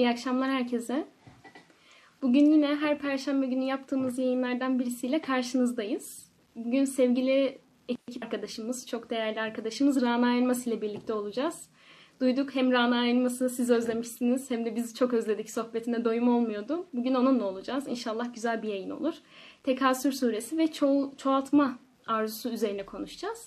İyi akşamlar herkese. Bugün yine her Perşembe günü yaptığımız yayınlardan birisiyle karşınızdayız. Bugün sevgili ekip arkadaşımız, çok değerli arkadaşımız Rana Elmas ile birlikte olacağız. Duyduk hem Rana Elmas'ı siz özlemişsiniz hem de bizi çok özledik. Sohbetine doyum olmuyordu. Bugün onunla olacağız. İnşallah güzel bir yayın olur. Tekasür suresi ve çoğaltma arzusu üzerine konuşacağız.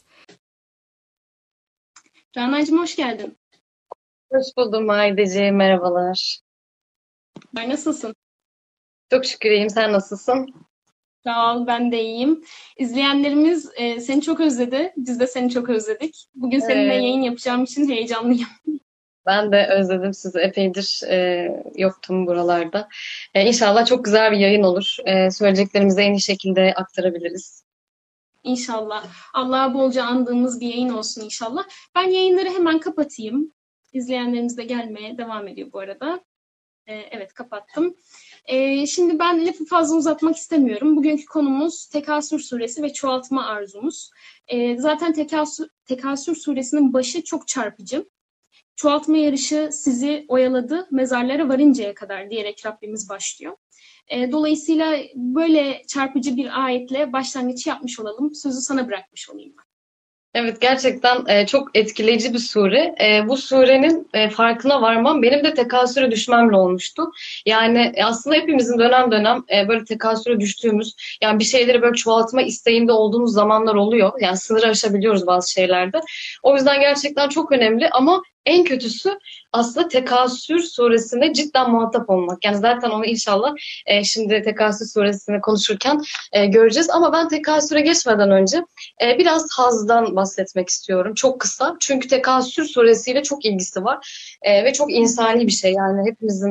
Rana'cığım hoş geldin. Hoş buldum Aydeciğim, merhabalar. Nasılsın? Çok şükür iyiyim, sen nasılsın? Sağ ol, ben de iyiyim. İzleyenlerimiz seni çok özledi. Biz de seni çok özledik. Bugün seninle yayın yapacağım için heyecanlıyım. Ben de özledim sizi, epeydir yoktum buralarda. İnşallah çok güzel bir yayın olur. Söyleyeceklerimizi en iyi şekilde aktarabiliriz. İnşallah. Allah'a bolca andığımız bir yayın olsun inşallah. Ben yayınları hemen kapatayım. İzleyenlerimiz de gelmeye devam ediyor bu arada. Evet, kapattım. Şimdi ben lafı fazla uzatmak istemiyorum. Bugünkü konumuz Tekasür suresi ve çoğaltma arzumuz. Zaten Tekasür suresinin başı çok çarpıcı. Çoğaltma yarışı sizi oyaladı, mezarlara varıncaya kadar diyerek Rabbimiz başlıyor. Dolayısıyla böyle çarpıcı bir ayetle başlangıç yapmış olalım. Sözü sana bırakmış olayım ben. Evet, gerçekten çok etkileyici bir sure. Bu surenin farkına varmam benim de tekasüre düşmemle olmuştu. Yani aslında hepimizin dönem dönem böyle tekasüre düştüğümüz, yani bir şeyleri böyle çoğaltma isteğinde olduğumuz zamanlar oluyor. Yani sınırı aşabiliyoruz bazı şeylerde. O yüzden gerçekten çok önemli ama en kötüsü aslında Tekasür suresinde cidden muhatap olmak. Yani zaten onu inşallah şimdi Tekasür suresini konuşurken göreceğiz. Ama ben Tekasür'e geçmeden önce biraz hazdan bahsetmek istiyorum. Çok kısa. Çünkü Tekasür suresiyle çok ilgisi var. Ve çok insani bir şey. Yani hepimizin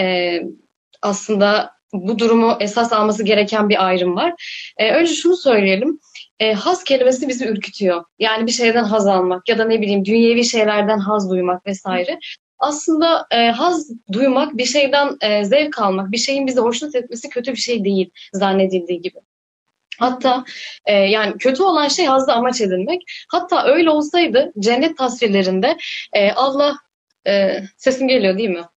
aslında bu durumu esas alması gereken bir ayrım var. Önce şunu söyleyelim. Haz kelimesi bizi ürkütüyor. Yani bir şeyden haz almak ya da ne bileyim dünyevi şeylerden haz duymak vesaire. Aslında haz duymak, bir şeyden zevk almak, bir şeyin bizi hoşnut etmesi kötü bir şey değil zannedildiği gibi. Hatta yani kötü olan şey hazzı amaç edinmek. Hatta öyle olsaydı cennet tasvirlerinde Allah sesim geliyor değil mi?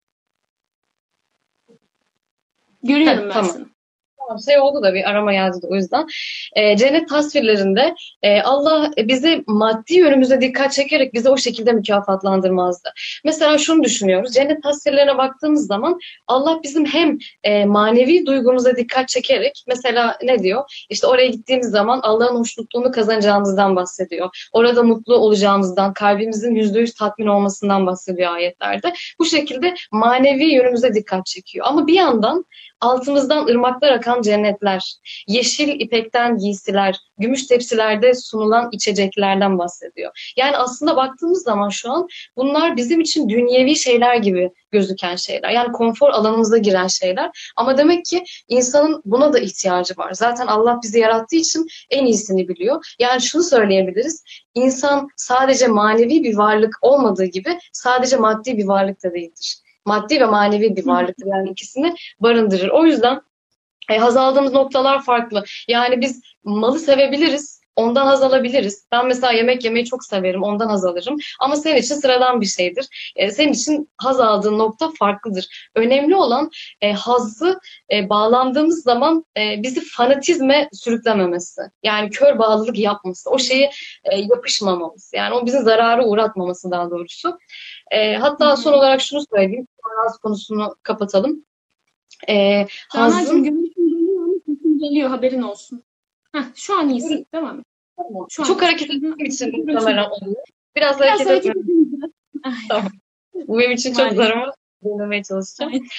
Görüyorum ben Tamam. seni. Şey oldu da bir arama yazdı o yüzden. Cennet tasvirlerinde Allah bizi maddi yönümüze dikkat çekerek bizi o şekilde mükafatlandırmazdı. Mesela şunu düşünüyoruz. Cennet tasvirlerine baktığımız zaman Allah bizim hem manevi duygumuza dikkat çekerek mesela ne diyor? İşte oraya gittiğimiz zaman Allah'ın hoşnutluğunu kazanacağımızdan bahsediyor. Orada mutlu olacağımızdan, kalbimizin %100 tatmin olmasından bahsediyor ayetlerde. Bu şekilde manevi yönümüze dikkat çekiyor. Ama bir yandan altımızdan ırmaklar akan cennetler, yeşil ipekten giysiler, gümüş tepsilerde sunulan içeceklerden bahsediyor. Yani aslında baktığımız zaman şu an bunlar bizim için dünyevi şeyler gibi gözüken şeyler. Yani konfor alanımıza giren şeyler. Ama demek ki insanın buna da ihtiyacı var. Zaten Allah bizi yarattığı için en iyisini biliyor. Yani şunu söyleyebiliriz. İnsan sadece manevi bir varlık olmadığı gibi sadece maddi bir varlık da değildir. Maddi ve manevi bir varlıktır. Yani ikisini barındırır. O yüzden haz aldığımız noktalar farklı. Yani biz malı sevebiliriz. Ondan haz alabiliriz. Ben mesela yemek yemeyi çok severim. Ondan haz alırım. Ama senin için sıradan bir şeydir. Senin için haz aldığın nokta farklıdır. Önemli olan hazzı bağlandığımız zaman bizi fanatizme sürüklememesi. Yani kör bağlılık yapması. O şeyi yapışmamamız. Yani o bizi zarara uğratmaması daha doğrusu. Hatta son olarak şunu söyleyeyim. Haz konusunu kapatalım. Rana'cığım Hazın görüntün geliyor ama sesin geliyor, haberin olsun. Şu an iyisin. Devam et. Şu an çok iyisin. hareket ettiğim için Görüntün- muhtemelen oluyor. Biraz Biraz hareket hareket etmem. edince. Tamam. Bu benim için çok Maalesef. zor ama denemeye çalışacağım. Aynen.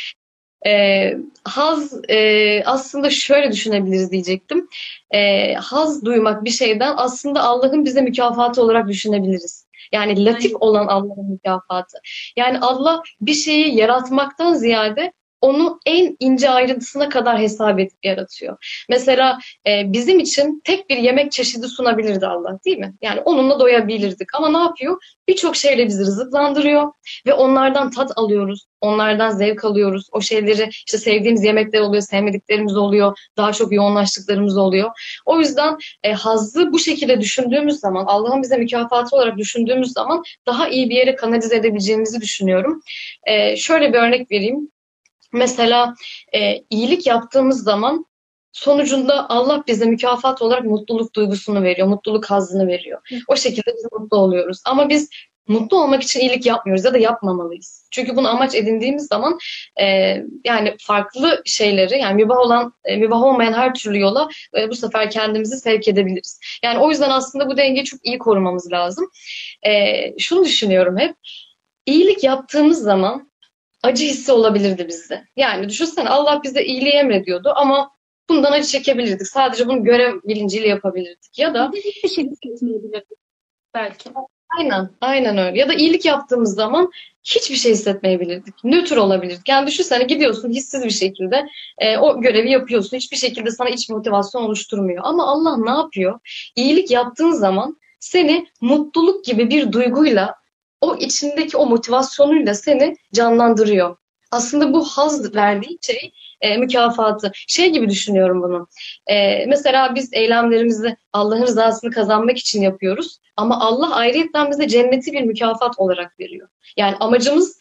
Haz aslında şöyle düşünebiliriz diyecektim. Haz duymak bir şeyden aslında Allah'ın bize mükafatı olarak düşünebiliriz. Yani latif Aynen. olan Allah'ın mükafatı. Yani Allah bir şeyi yaratmaktan ziyade onu en ince ayrıntısına kadar hesap edip yaratıyor. Mesela bizim için tek bir yemek çeşidi sunabilirdi Allah, değil mi? Yani onunla doyabilirdik. Ama ne yapıyor? Birçok şeyle bizi rızıklandırıyor ve onlardan tat alıyoruz. Onlardan zevk alıyoruz. O şeyleri işte sevdiğimiz yemekler oluyor, sevmediklerimiz oluyor. Daha çok yoğunlaştıklarımız oluyor. O yüzden hazzı bu şekilde düşündüğümüz zaman, Allah'ın bize mükafatı olarak düşündüğümüz zaman daha iyi bir yere kanalize edebileceğimizi düşünüyorum. Şöyle bir örnek vereyim. Mesela iyilik yaptığımız zaman sonucunda Allah bize mükafat olarak mutluluk duygusunu veriyor, mutluluk hazzını veriyor. O şekilde biz mutlu oluyoruz. Ama biz mutlu olmak için iyilik yapmıyoruz ya da yapmamalıyız. Çünkü bunu amaç edindiğimiz zaman e, yani farklı şeyleri, yani mübah olmayan her türlü yola bu sefer kendimizi sevk edebiliriz. Yani o yüzden aslında bu dengeyi çok iyi korumamız lazım. Şunu düşünüyorum hep, iyilik yaptığımız zaman acı hissi olabilirdi bizde. Yani düşünsene, Allah bize iyiliği emrediyordu ama bundan acı çekebilirdik. Sadece bunu görev bilinciyle yapabilirdik. Ya da Bir de hiçbir şey hissetmeyebilirdik belki. aynen öyle. Ya da iyilik yaptığımız zaman hiçbir şey hissetmeyebilirdik. Nötr olabilirdik. Yani düşünsene, gidiyorsun hissiz bir şekilde o görevi yapıyorsun. Hiçbir şekilde sana iç motivasyon oluşturmuyor. Ama Allah ne yapıyor? İyilik yaptığın zaman seni mutluluk gibi bir duyguyla, o içindeki o motivasyonuyla seni canlandırıyor. Aslında bu haz verdiği şey mükafatı. Şey gibi düşünüyorum bunu. Mesela biz eylemlerimizi Allah'ın rızasını kazanmak için yapıyoruz. Ama Allah ayrıyetten bize cenneti bir mükafat olarak veriyor. Yani amacımız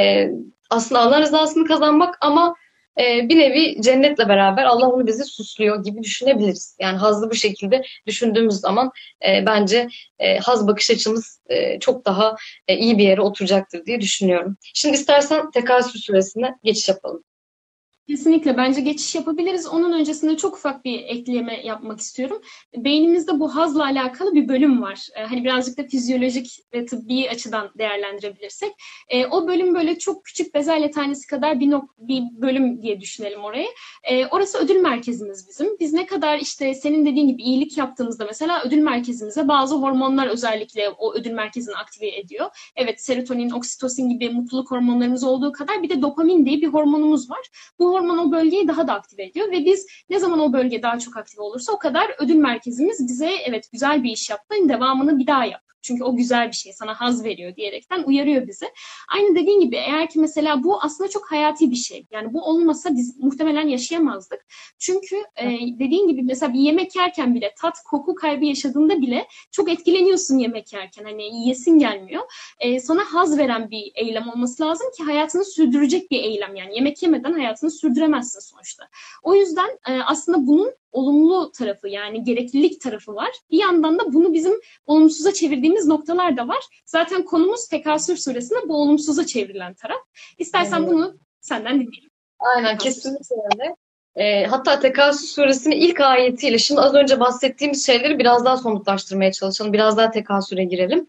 aslında Allah'ın rızasını kazanmak ama bir nevi cennetle beraber Allah onu bizi süslüyor gibi düşünebiliriz. Yani hazlı bu şekilde düşündüğümüz zaman bence haz bakış açımız çok daha iyi bir yere oturacaktır diye düşünüyorum. Şimdi istersen Tekasür suresine geçiş yapalım. Kesinlikle bence geçiş yapabiliriz. Onun öncesinde çok ufak bir ekleme yapmak istiyorum. Beynimizde bu hazla alakalı bir bölüm var. Hani birazcık da fizyolojik ve tıbbi açıdan değerlendirebilirsek. O bölüm böyle çok küçük bezelye tanesi kadar bir bölüm diye düşünelim orayı. Orası ödül merkezimiz bizim. Biz ne kadar işte senin dediğin gibi iyilik yaptığımızda mesela ödül merkezimize bazı hormonlar özellikle o ödül merkezini aktive ediyor. Evet, serotonin, oksitosin gibi mutluluk hormonlarımız olduğu kadar bir de dopamin diye bir hormonumuz var. Bu hormon o bölgeyi daha da aktive ediyor ve biz ne zaman o bölge daha çok aktive olursa o kadar ödül merkezimiz bize evet güzel bir iş yaptın, devamını bir daha yap. Çünkü o güzel bir şey, sana haz veriyor diyerekten uyarıyor bizi. Aynı dediğin gibi eğer ki mesela bu aslında çok hayati bir şey. Yani bu olmasa biz muhtemelen yaşayamazdık. Çünkü dediğin gibi mesela bir yemek yerken bile tat, koku kaybı yaşadığında bile çok etkileniyorsun yemek yerken. Hani yiyesin gelmiyor. Sana haz veren bir eylem olması lazım ki hayatını sürdürecek bir eylem. Yani yemek yemeden hayatını sürdüremezsin sonuçta. O yüzden aslında bunun olumlu tarafı yani gereklilik tarafı var. Bir yandan da bunu bizim olumsuza çevirdiğimiz noktalar da var. Zaten konumuz Tekasür suresinde bu olumsuza çevrilen taraf. İstersen bunu senden dinleyelim. Aynen, kesinlikle öyle. Hatta Tekasür suresinin ilk ayetiyle şimdi az önce bahsettiğimiz şeyleri biraz daha somutlaştırmaya çalışalım. Biraz daha tekasüre girelim.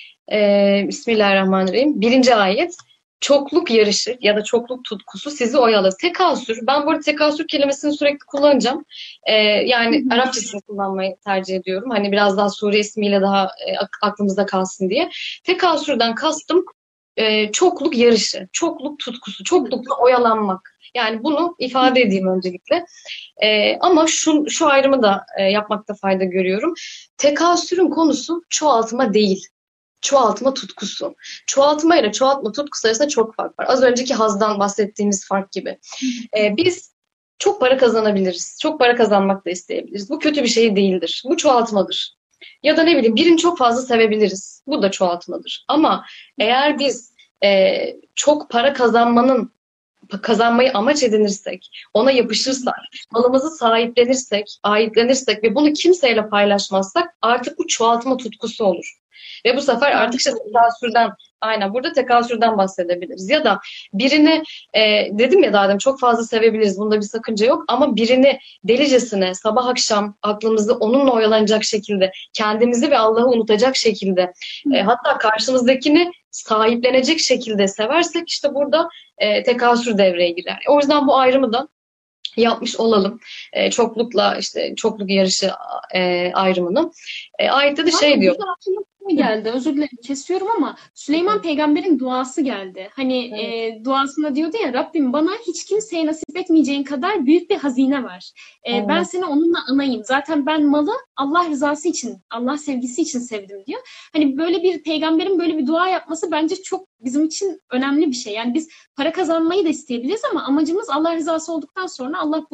Bismillahirrahmanirrahim. Birinci ayet. Çokluk yarışı ya da çokluk tutkusu sizi oyalar. Tekasür. Ben bu arada tekasür kelimesini sürekli kullanacağım. Yani Arapçasını kullanmayı tercih ediyorum. Hani biraz daha sure ismiyle daha aklımızda kalsın diye. Tekasürden kastım çokluk yarışı, çokluk tutkusu, çoklukla oyalanmak. Yani bunu ifade edeyim öncelikle. Ama şu ayrımı da yapmakta fayda görüyorum. Tekasürün konusu çoğaltma değil. Çoğaltma tutkusu. Çoğaltma ile çoğaltma tutkusu arasında çok fark var. Az önceki hazdan bahsettiğimiz fark gibi. Biz çok para kazanabiliriz. Çok para kazanmak da isteyebiliriz. Bu kötü bir şey değildir. Bu çoğaltmadır. Ya da ne bileyim, birini çok fazla sevebiliriz. Bu da çoğaltmadır. Ama eğer biz çok para kazanmayı amaç edinirsek, ona yapışırsak, malımızı ahitlenirsek ve bunu kimseyle paylaşmazsak artık bu çoğaltma tutkusu olur. Ve bu sefer artık işte tekasürden, aynen burada tekasürden bahsedebiliriz. Ya da birini dedim ya daha demin, çok fazla sevebiliriz. Bunda bir sakınca yok. Ama birini delicesine sabah akşam aklımızda onunla oyalanacak şekilde, kendimizi ve Allah'ı unutacak şekilde, hatta karşımızdakini sahiplenecek şekilde seversek işte burada tekasür devreye girer. O yüzden bu ayrımı da yapmış olalım. Çoklukla işte çokluk yarışı ayrımını. Ayette de şey diyor. Geldi. Özür dilerim kesiyorum ama Süleyman peygamberin duası geldi. Hani duasında diyordu ya, Rabbim bana hiç kimseye nasip etmeyeceğin kadar büyük bir hazine var. Ben seni onunla anayım. Zaten ben malı Allah rızası için, Allah sevgisi için sevdim diyor. Hani böyle bir peygamberin böyle bir dua yapması bence çok bizim için önemli bir şey. Yani biz para kazanmayı da isteyebiliriz ama amacımız Allah rızası olduktan sonra Allah buna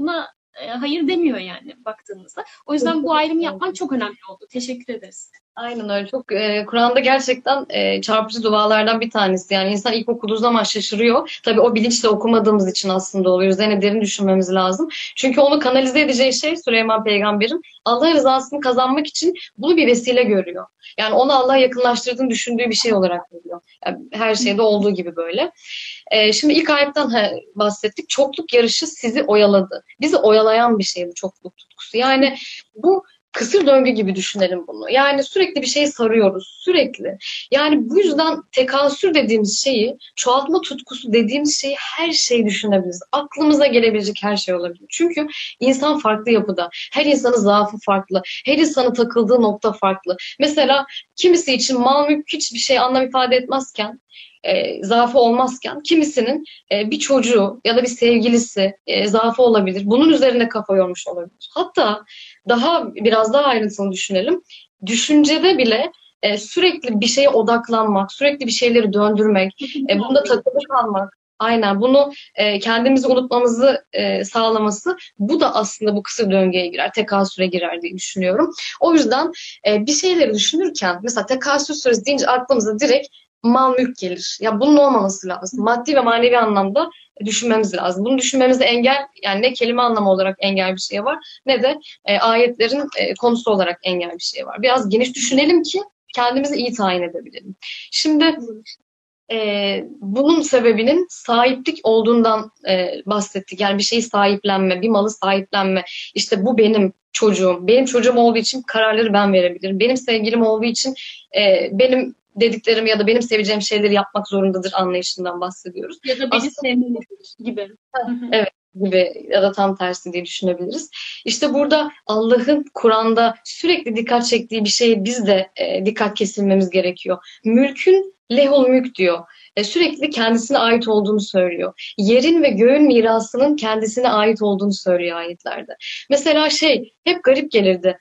hayır demiyor yani baktığımızda. O yüzden bu ayrımı yapman çok önemli oldu. Teşekkür ederiz. Aynen öyle. Çok Kur'an'da gerçekten çarpıcı dualardan bir tanesi. Yani insan ilk okuduğu zaman şaşırıyor. Tabii o bilinçle okumadığımız için aslında oluyor. Üzerine derin düşünmemiz lazım. Çünkü onu kanalize edeceği şey Süleyman Peygamber'in Allah rızasını kazanmak için bunu bir vesile görüyor. Yani onu Allah'a yakınlaştırdığını düşündüğü bir şey olarak görüyor. Yani her şeyde olduğu gibi böyle. Şimdi ilk ayetten bahsettik. Çokluk yarışı sizi oyaladı. Bizi oyalayan bir şey bu çokluk tutkusu. Yani bu kısır döngü gibi düşünelim bunu. Yani sürekli bir şey sarıyoruz. Sürekli. Yani bu yüzden tekasür dediğimiz şeyi, çoğaltma tutkusu dediğimiz şeyi her şeyi düşünebiliriz. Aklımıza gelebilecek her şey olabilir. Çünkü insan farklı yapıda. Her insanın zaafı farklı. Her insanın takıldığı nokta farklı. Mesela kimisi için mal mülk hiçbir şey anlam ifade etmezken, zaafı olmazken kimisinin bir çocuğu ya da bir sevgilisi zaafı olabilir. Bunun üzerine kafa yormuş olabilir. Hatta biraz daha ayrıntılı düşünelim. Düşüncede bile sürekli bir şeye odaklanmak, sürekli bir şeyleri döndürmek, bunda takılı kalmak, aynen bunu kendimizi unutmamızı sağlaması, bu da aslında bu kısır döngüye girer, tekasüre girer diye düşünüyorum. O yüzden bir şeyleri düşünürken mesela tekasür süresi deyince aklımıza direkt mal mülk gelir. Ya bunun olmaması lazım. Maddi ve manevi anlamda düşünmemiz lazım. Bunu düşünmemize engel, yani ne kelime anlamı olarak engel bir şey var, ne de ayetlerin konusu olarak engel bir şey var. Biraz geniş düşünelim ki kendimizi iyi tayin edebilelim. Şimdi bunun sebebinin sahiplik olduğundan bahsettik. Yani bir şeyi sahiplenme, bir malı sahiplenme. İşte bu benim çocuğum. Benim çocuğum olduğu için kararları ben verebilirim. Benim sevgilim olduğu için benim dediklerim ya da benim seveceğim şeyleri yapmak zorundadır anlayışından bahsediyoruz. Ya da beni sevmelidir gibi. Evet, gibi ya da tam tersi diye düşünebiliriz. İşte burada Allah'ın Kur'an'da sürekli dikkat çektiği bir şeye biz de dikkat kesilmemiz gerekiyor. Mülkün lehul mülk diyor. Sürekli kendisine ait olduğunu söylüyor. Yerin ve göğün mirasının kendisine ait olduğunu söylüyor ayetlerde. Mesela hep garip gelirdi.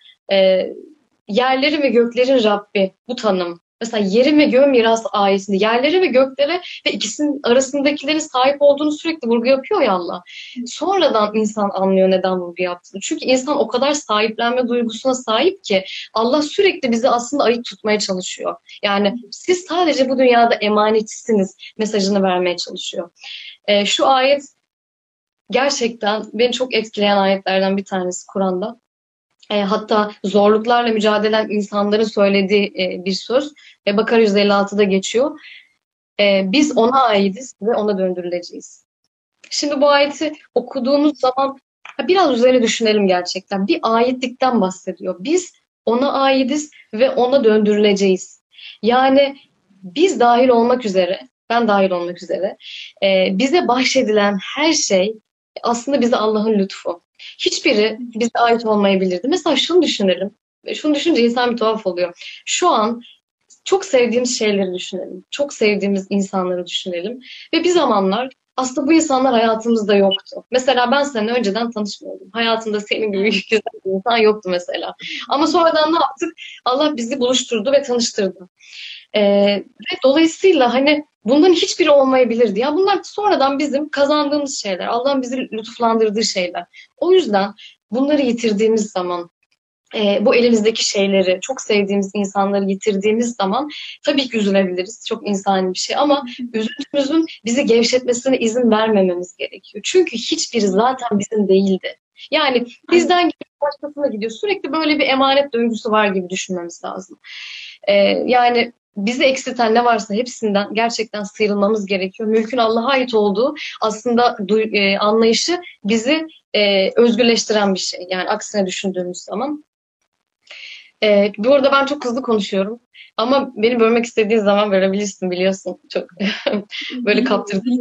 Yerleri ve göklerin Rabbi, bu tanım. Mesela yerin ve göğün mirası ayetinde yerlere ve göklere ve ikisinin arasındakilerin sahip olduğunu sürekli vurgu yapıyor ya Allah. Sonradan insan anlıyor neden vurgu yaptığını. Çünkü insan o kadar sahiplenme duygusuna sahip ki Allah sürekli bizi aslında ayık tutmaya çalışıyor. Yani siz sadece bu dünyada emanetçisiniz mesajını vermeye çalışıyor. Şu ayet gerçekten beni çok etkileyen ayetlerden bir tanesi Kur'an'da. Hatta zorluklarla mücadele eden insanların söylediği bir söz. Bakara 156'da geçiyor. Biz ona aitiz ve ona döndürüleceğiz. Şimdi bu ayeti okuduğumuz zaman biraz üzerine düşünelim gerçekten. Bir aitlikten bahsediyor. Biz ona aitiz ve ona döndürüleceğiz. Yani biz dahil olmak üzere, ben dahil olmak üzere bize bahşedilen her şey aslında bize Allah'ın lütfu. Hiçbiri bize ait olmayabilirdi. Mesela şunu düşünelim. Şunu düşününce insan bir tuhaf oluyor. Şu an çok sevdiğimiz şeyleri düşünelim. Çok sevdiğimiz insanları düşünelim. Ve bir zamanlar aslında bu insanlar hayatımızda yoktu. Mesela ben seninle önceden tanışmıyordum. Hayatımda senin gibi güzel bir insan yoktu mesela. Ama sonradan ne yaptık? Allah bizi buluşturdu ve tanıştırdı. Ve dolayısıyla hani bunların hiçbiri olmayabilirdi. Ya bunlar sonradan bizim kazandığımız şeyler. Allah'ın bizi lütuflandırdığı şeyler. O yüzden bunları yitirdiğimiz zaman, bu elimizdeki şeyleri, çok sevdiğimiz insanları yitirdiğimiz zaman tabii ki üzülebiliriz. Çok insani bir şey ama üzüntümüzün bizi gevşetmesine izin vermememiz gerekiyor. Çünkü hiçbiri zaten bizim değildi. Yani bizden gidiyor, başkasına gidiyor. Sürekli böyle bir emanet döngüsü var gibi düşünmemiz lazım. Yani bizi eksilten ne varsa hepsinden gerçekten sıyrılmamız gerekiyor. Mülkün Allah'a ait olduğu aslında anlayışı bizi özgürleştiren bir şey. Yani aksine düşündüğümüz zaman. Bu arada ben çok hızlı konuşuyorum. Ama beni bölmek istediğin zaman bölebilirsin, biliyorsun. Çok böyle kaptırdım.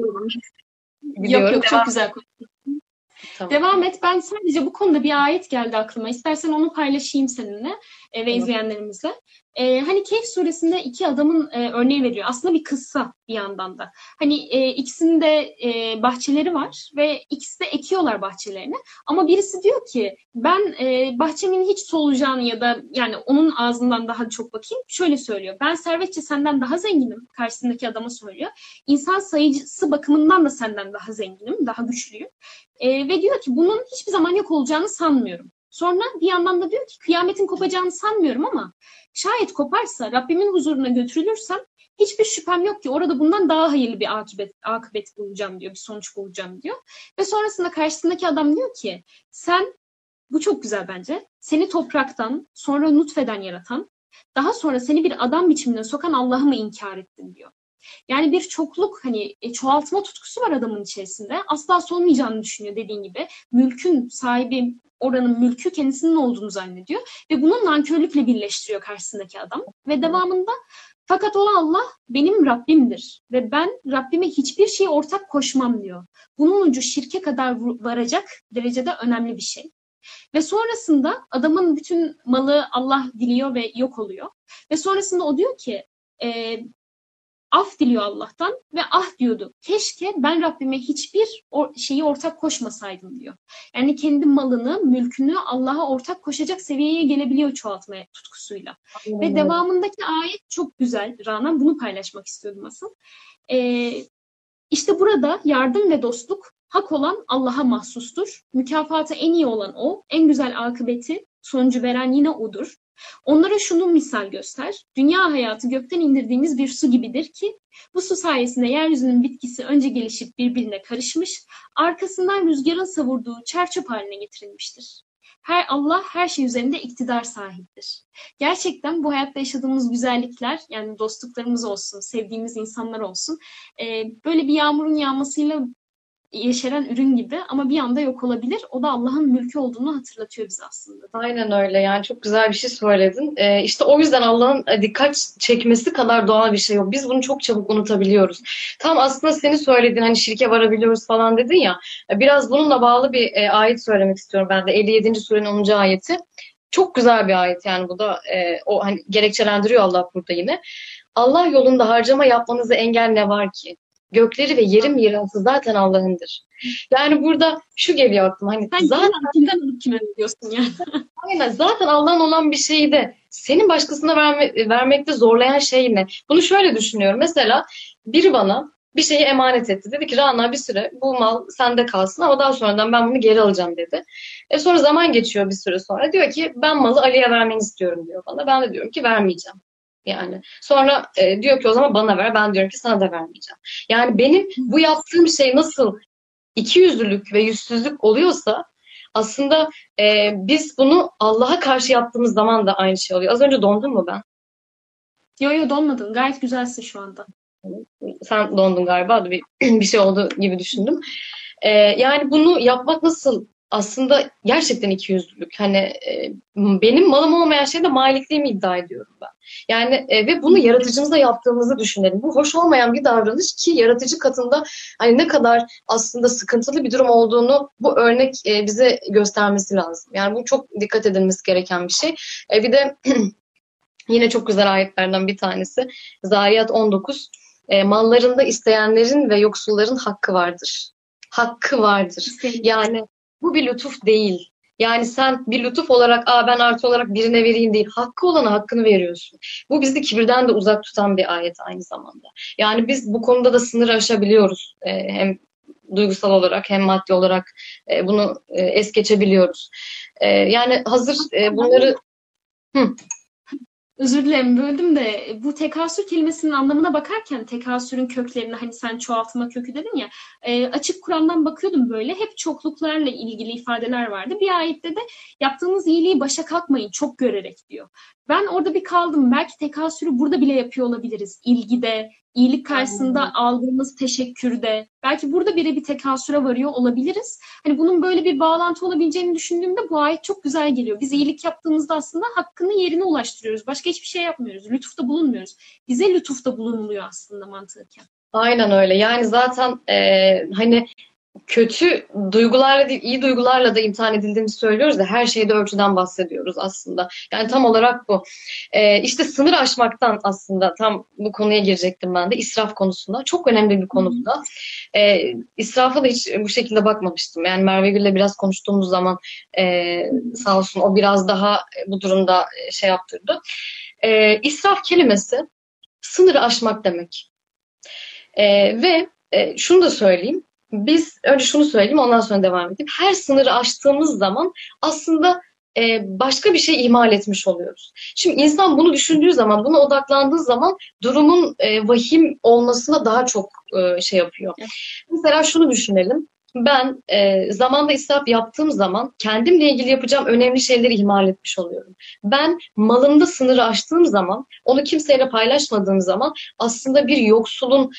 Yok çok güzel konuşuyorsun. Tamam. Devam et. Ben sadece bu konuda bir ayet geldi aklıma. İstersen onu paylaşayım seninle ve izleyenlerimizle. Hani Kehf suresinde iki adamın örneği veriyor. Aslında bir kıssa bir yandan da. Hani ikisinin de bahçeleri var ve ikisi de ekiyorlar bahçelerini. Ama birisi diyor ki ben bahçemin hiç solacağını ya da yani onun ağzından daha çok bakayım. Şöyle söylüyor. Ben servetçe senden daha zenginim. Karşısındaki adama söylüyor. İnsan sayısı bakımından da senden daha zenginim, daha güçlüyüm. Ve diyor ki bunun hiçbir zaman yok olacağını sanmıyorum. Sonra bir yandan da diyor ki kıyametin kopacağını sanmıyorum ama şayet koparsa Rabbimin huzuruna götürülürsem hiçbir şüphem yok ki orada bundan daha hayırlı bir akıbet bulacağım diyor, bir sonuç bulacağım diyor. Ve sonrasında karşısındaki adam diyor ki sen, bu çok güzel bence, seni topraktan sonra nutfeden yaratan, daha sonra seni bir adam biçimine sokan Allah'ı mı inkar ettin diyor. Yani bir çokluk hani çoğaltma tutkusu var adamın içerisinde. Asla solmayacağını düşünüyor dediğin gibi. Mülkün sahibi, oranın mülkü kendisinin olduğunu zannediyor. Ve bunu nankörlükle birleştiriyor karşısındaki adam. Ve devamında fakat o Allah benim Rabbimdir. Ve ben Rabbime hiçbir şeye ortak koşmam diyor. Bunun ucu şirke kadar varacak derecede önemli bir şey. Ve sonrasında adamın bütün malı Allah diliyor ve yok oluyor. Ve sonrasında o diyor ki af diliyor Allah'tan ve diyordu. Keşke ben Rabbime hiçbir şeyi ortak koşmasaydım diyor. Yani kendi malını, mülkünü Allah'a ortak koşacak seviyeye gelebiliyor çoğaltmaya tutkusuyla. Ve devamındaki ayet çok güzel. Rana bunu paylaşmak istiyordum asıl. İşte burada yardım ve dostluk hak olan Allah'a mahsustur. Mükafatı en iyi olan O, en güzel akıbeti sonucu veren yine O'dur. Onlara şunu misal göster. Dünya hayatı gökten indirdiğimiz bir su gibidir ki bu su sayesinde yeryüzünün bitkisi önce gelişip birbirine karışmış, arkasından rüzgarın savurduğu çerçöp haline getirilmiştir. Allah her şey üzerinde iktidar sahiptir. Gerçekten bu hayatta yaşadığımız güzellikler, yani dostluklarımız olsun, sevdiğimiz insanlar olsun, böyle bir yağmurun yağmasıyla yeşeren ürün gibi ama bir anda yok olabilir. O da Allah'ın mülkü olduğunu hatırlatıyor bize aslında. Aynen öyle, yani çok güzel bir şey söyledin. İşte o yüzden Allah'ın dikkat çekmesi kadar doğal bir şey yok. Biz bunu çok çabuk unutabiliyoruz. Tam aslında senin söylediğin hani şirke varabiliyoruz falan dedin ya. Biraz bununla bağlı bir ayet söylemek istiyorum ben de. 57. surenin 10. ayeti. Çok güzel bir ayet yani bu da o hani gerekçelendiriyor Allah burada yine. Allah yolunda harcama yapmanızı engel ne var ki? Gökleri ve yerin mirası zaten Allah'ındır. Yani burada şu geliyor aklıma. Hani sen zaten kimden alıp kime veriyorsun yani? Aynen, zaten Allah'ın olan bir şeyi de senin başkasına vermekte zorlayan şey ne? Bunu şöyle düşünüyorum. Mesela biri bana bir şeyi emanet etti. Dedi ki Rana bir süre bu mal sende kalsın ama daha sonradan ben bunu geri alacağım dedi. Sonra zaman geçiyor bir süre sonra. Diyor ki ben malı Ali'ye vermeni istiyorum diyor bana. Ben de diyorum ki vermeyeceğim. Yani sonra diyor ki o zaman bana ver. Ben diyorum ki sana da vermeyeceğim. Yani benim bu yaptığım şey nasıl ikiyüzlülük ve yüzsüzlük oluyorsa aslında biz bunu Allah'a karşı yaptığımız zaman da aynı şey oluyor. Az önce dondun mu ben? Yo donmadın. Gayet güzelsin şu anda. Sen dondun galiba. Bir şey oldu gibi düşündüm. Yani bunu yapmak nasıl? Aslında gerçekten ikiyüzlülük. Hani benim malım olmayan şeyde malikliğimi iddia ediyorum ben. Yani ve bunu yaratıcımızla yaptığımızı düşünelim. Bu hoş olmayan bir davranış ki yaratıcı katında hani ne kadar aslında sıkıntılı bir durum olduğunu bu örnek bize göstermesi lazım. Yani bu çok dikkat edilmesi gereken bir şey. Bir de yine çok güzel ayetlerden bir tanesi. Zariyat 19. Mallarında isteyenlerin ve yoksulların hakkı vardır. Hakkı vardır. Yani bu bir lütuf değil. Yani sen bir lütuf olarak ben artı olarak birine vereyim değil. Hakkı olana hakkını veriyorsun. Bu bizi kibirden de uzak tutan bir ayet aynı zamanda. Yani biz bu konuda da sınır aşabiliyoruz. Hem duygusal olarak hem maddi olarak bunu es geçebiliyoruz. Yani hazır bunları... Özür dilerim böldüm de bu tekasür kelimesinin anlamına bakarken tekasürün köklerine hani sen çoğaltma kökü dedin ya açık Kur'an'dan bakıyordum böyle hep çokluklarla ilgili ifadeler vardı. Bir ayette de yaptığınız iyiliği başa kalkmayın çok görerek diyor. Ben orada bir kaldım. Belki tekasürü burada bile yapıyor olabiliriz. İlgide, iyilik karşısında aldığımız teşekkürde. Belki burada bile bir tekasüre varıyor olabiliriz. Hani bunun böyle bir bağlantı olabileceğini düşündüğümde bu ayet çok güzel geliyor. Biz iyilik yaptığımızda aslında hakkını yerine ulaştırıyoruz. Başka hiçbir şey yapmıyoruz. Lütufta bulunmuyoruz. Bize lütufta bulunuluyor aslında mantıken. Aynen öyle. Yani zaten hani kötü duygularla değil, iyi duygularla da imtihan edildiğimizi söylüyoruz da her şeyde ölçüden bahsediyoruz aslında. Yani tam olarak bu. İşte sınır aşmaktan aslında tam bu konuya girecektim ben de. İsraf konusunda. Çok önemli bir konu bu da. İsrafa da hiç bu şekilde bakmamıştım. Yani Merve Gül'le biraz konuştuğumuz zaman sağ olsun o biraz daha bu durumda şey yaptırdı. İsraf kelimesi sınırı aşmak demek. Şunu da söyleyeyim. Biz önce şunu söyleyeyim ondan sonra devam edeyim. Her sınırı aştığımız zaman aslında başka bir şey ihmal etmiş oluyoruz. Şimdi insan bunu düşündüğü zaman, buna odaklandığı zaman durumun vahim olmasına daha çok şey yapıyor. Mesela şunu düşünelim. Ben zamanda israf yaptığım zaman kendimle ilgili yapacağım önemli şeyleri ihmal etmiş oluyorum. Ben malımda sınırı aştığım zaman, onu kimseyle paylaşmadığım zaman aslında bir yoksulun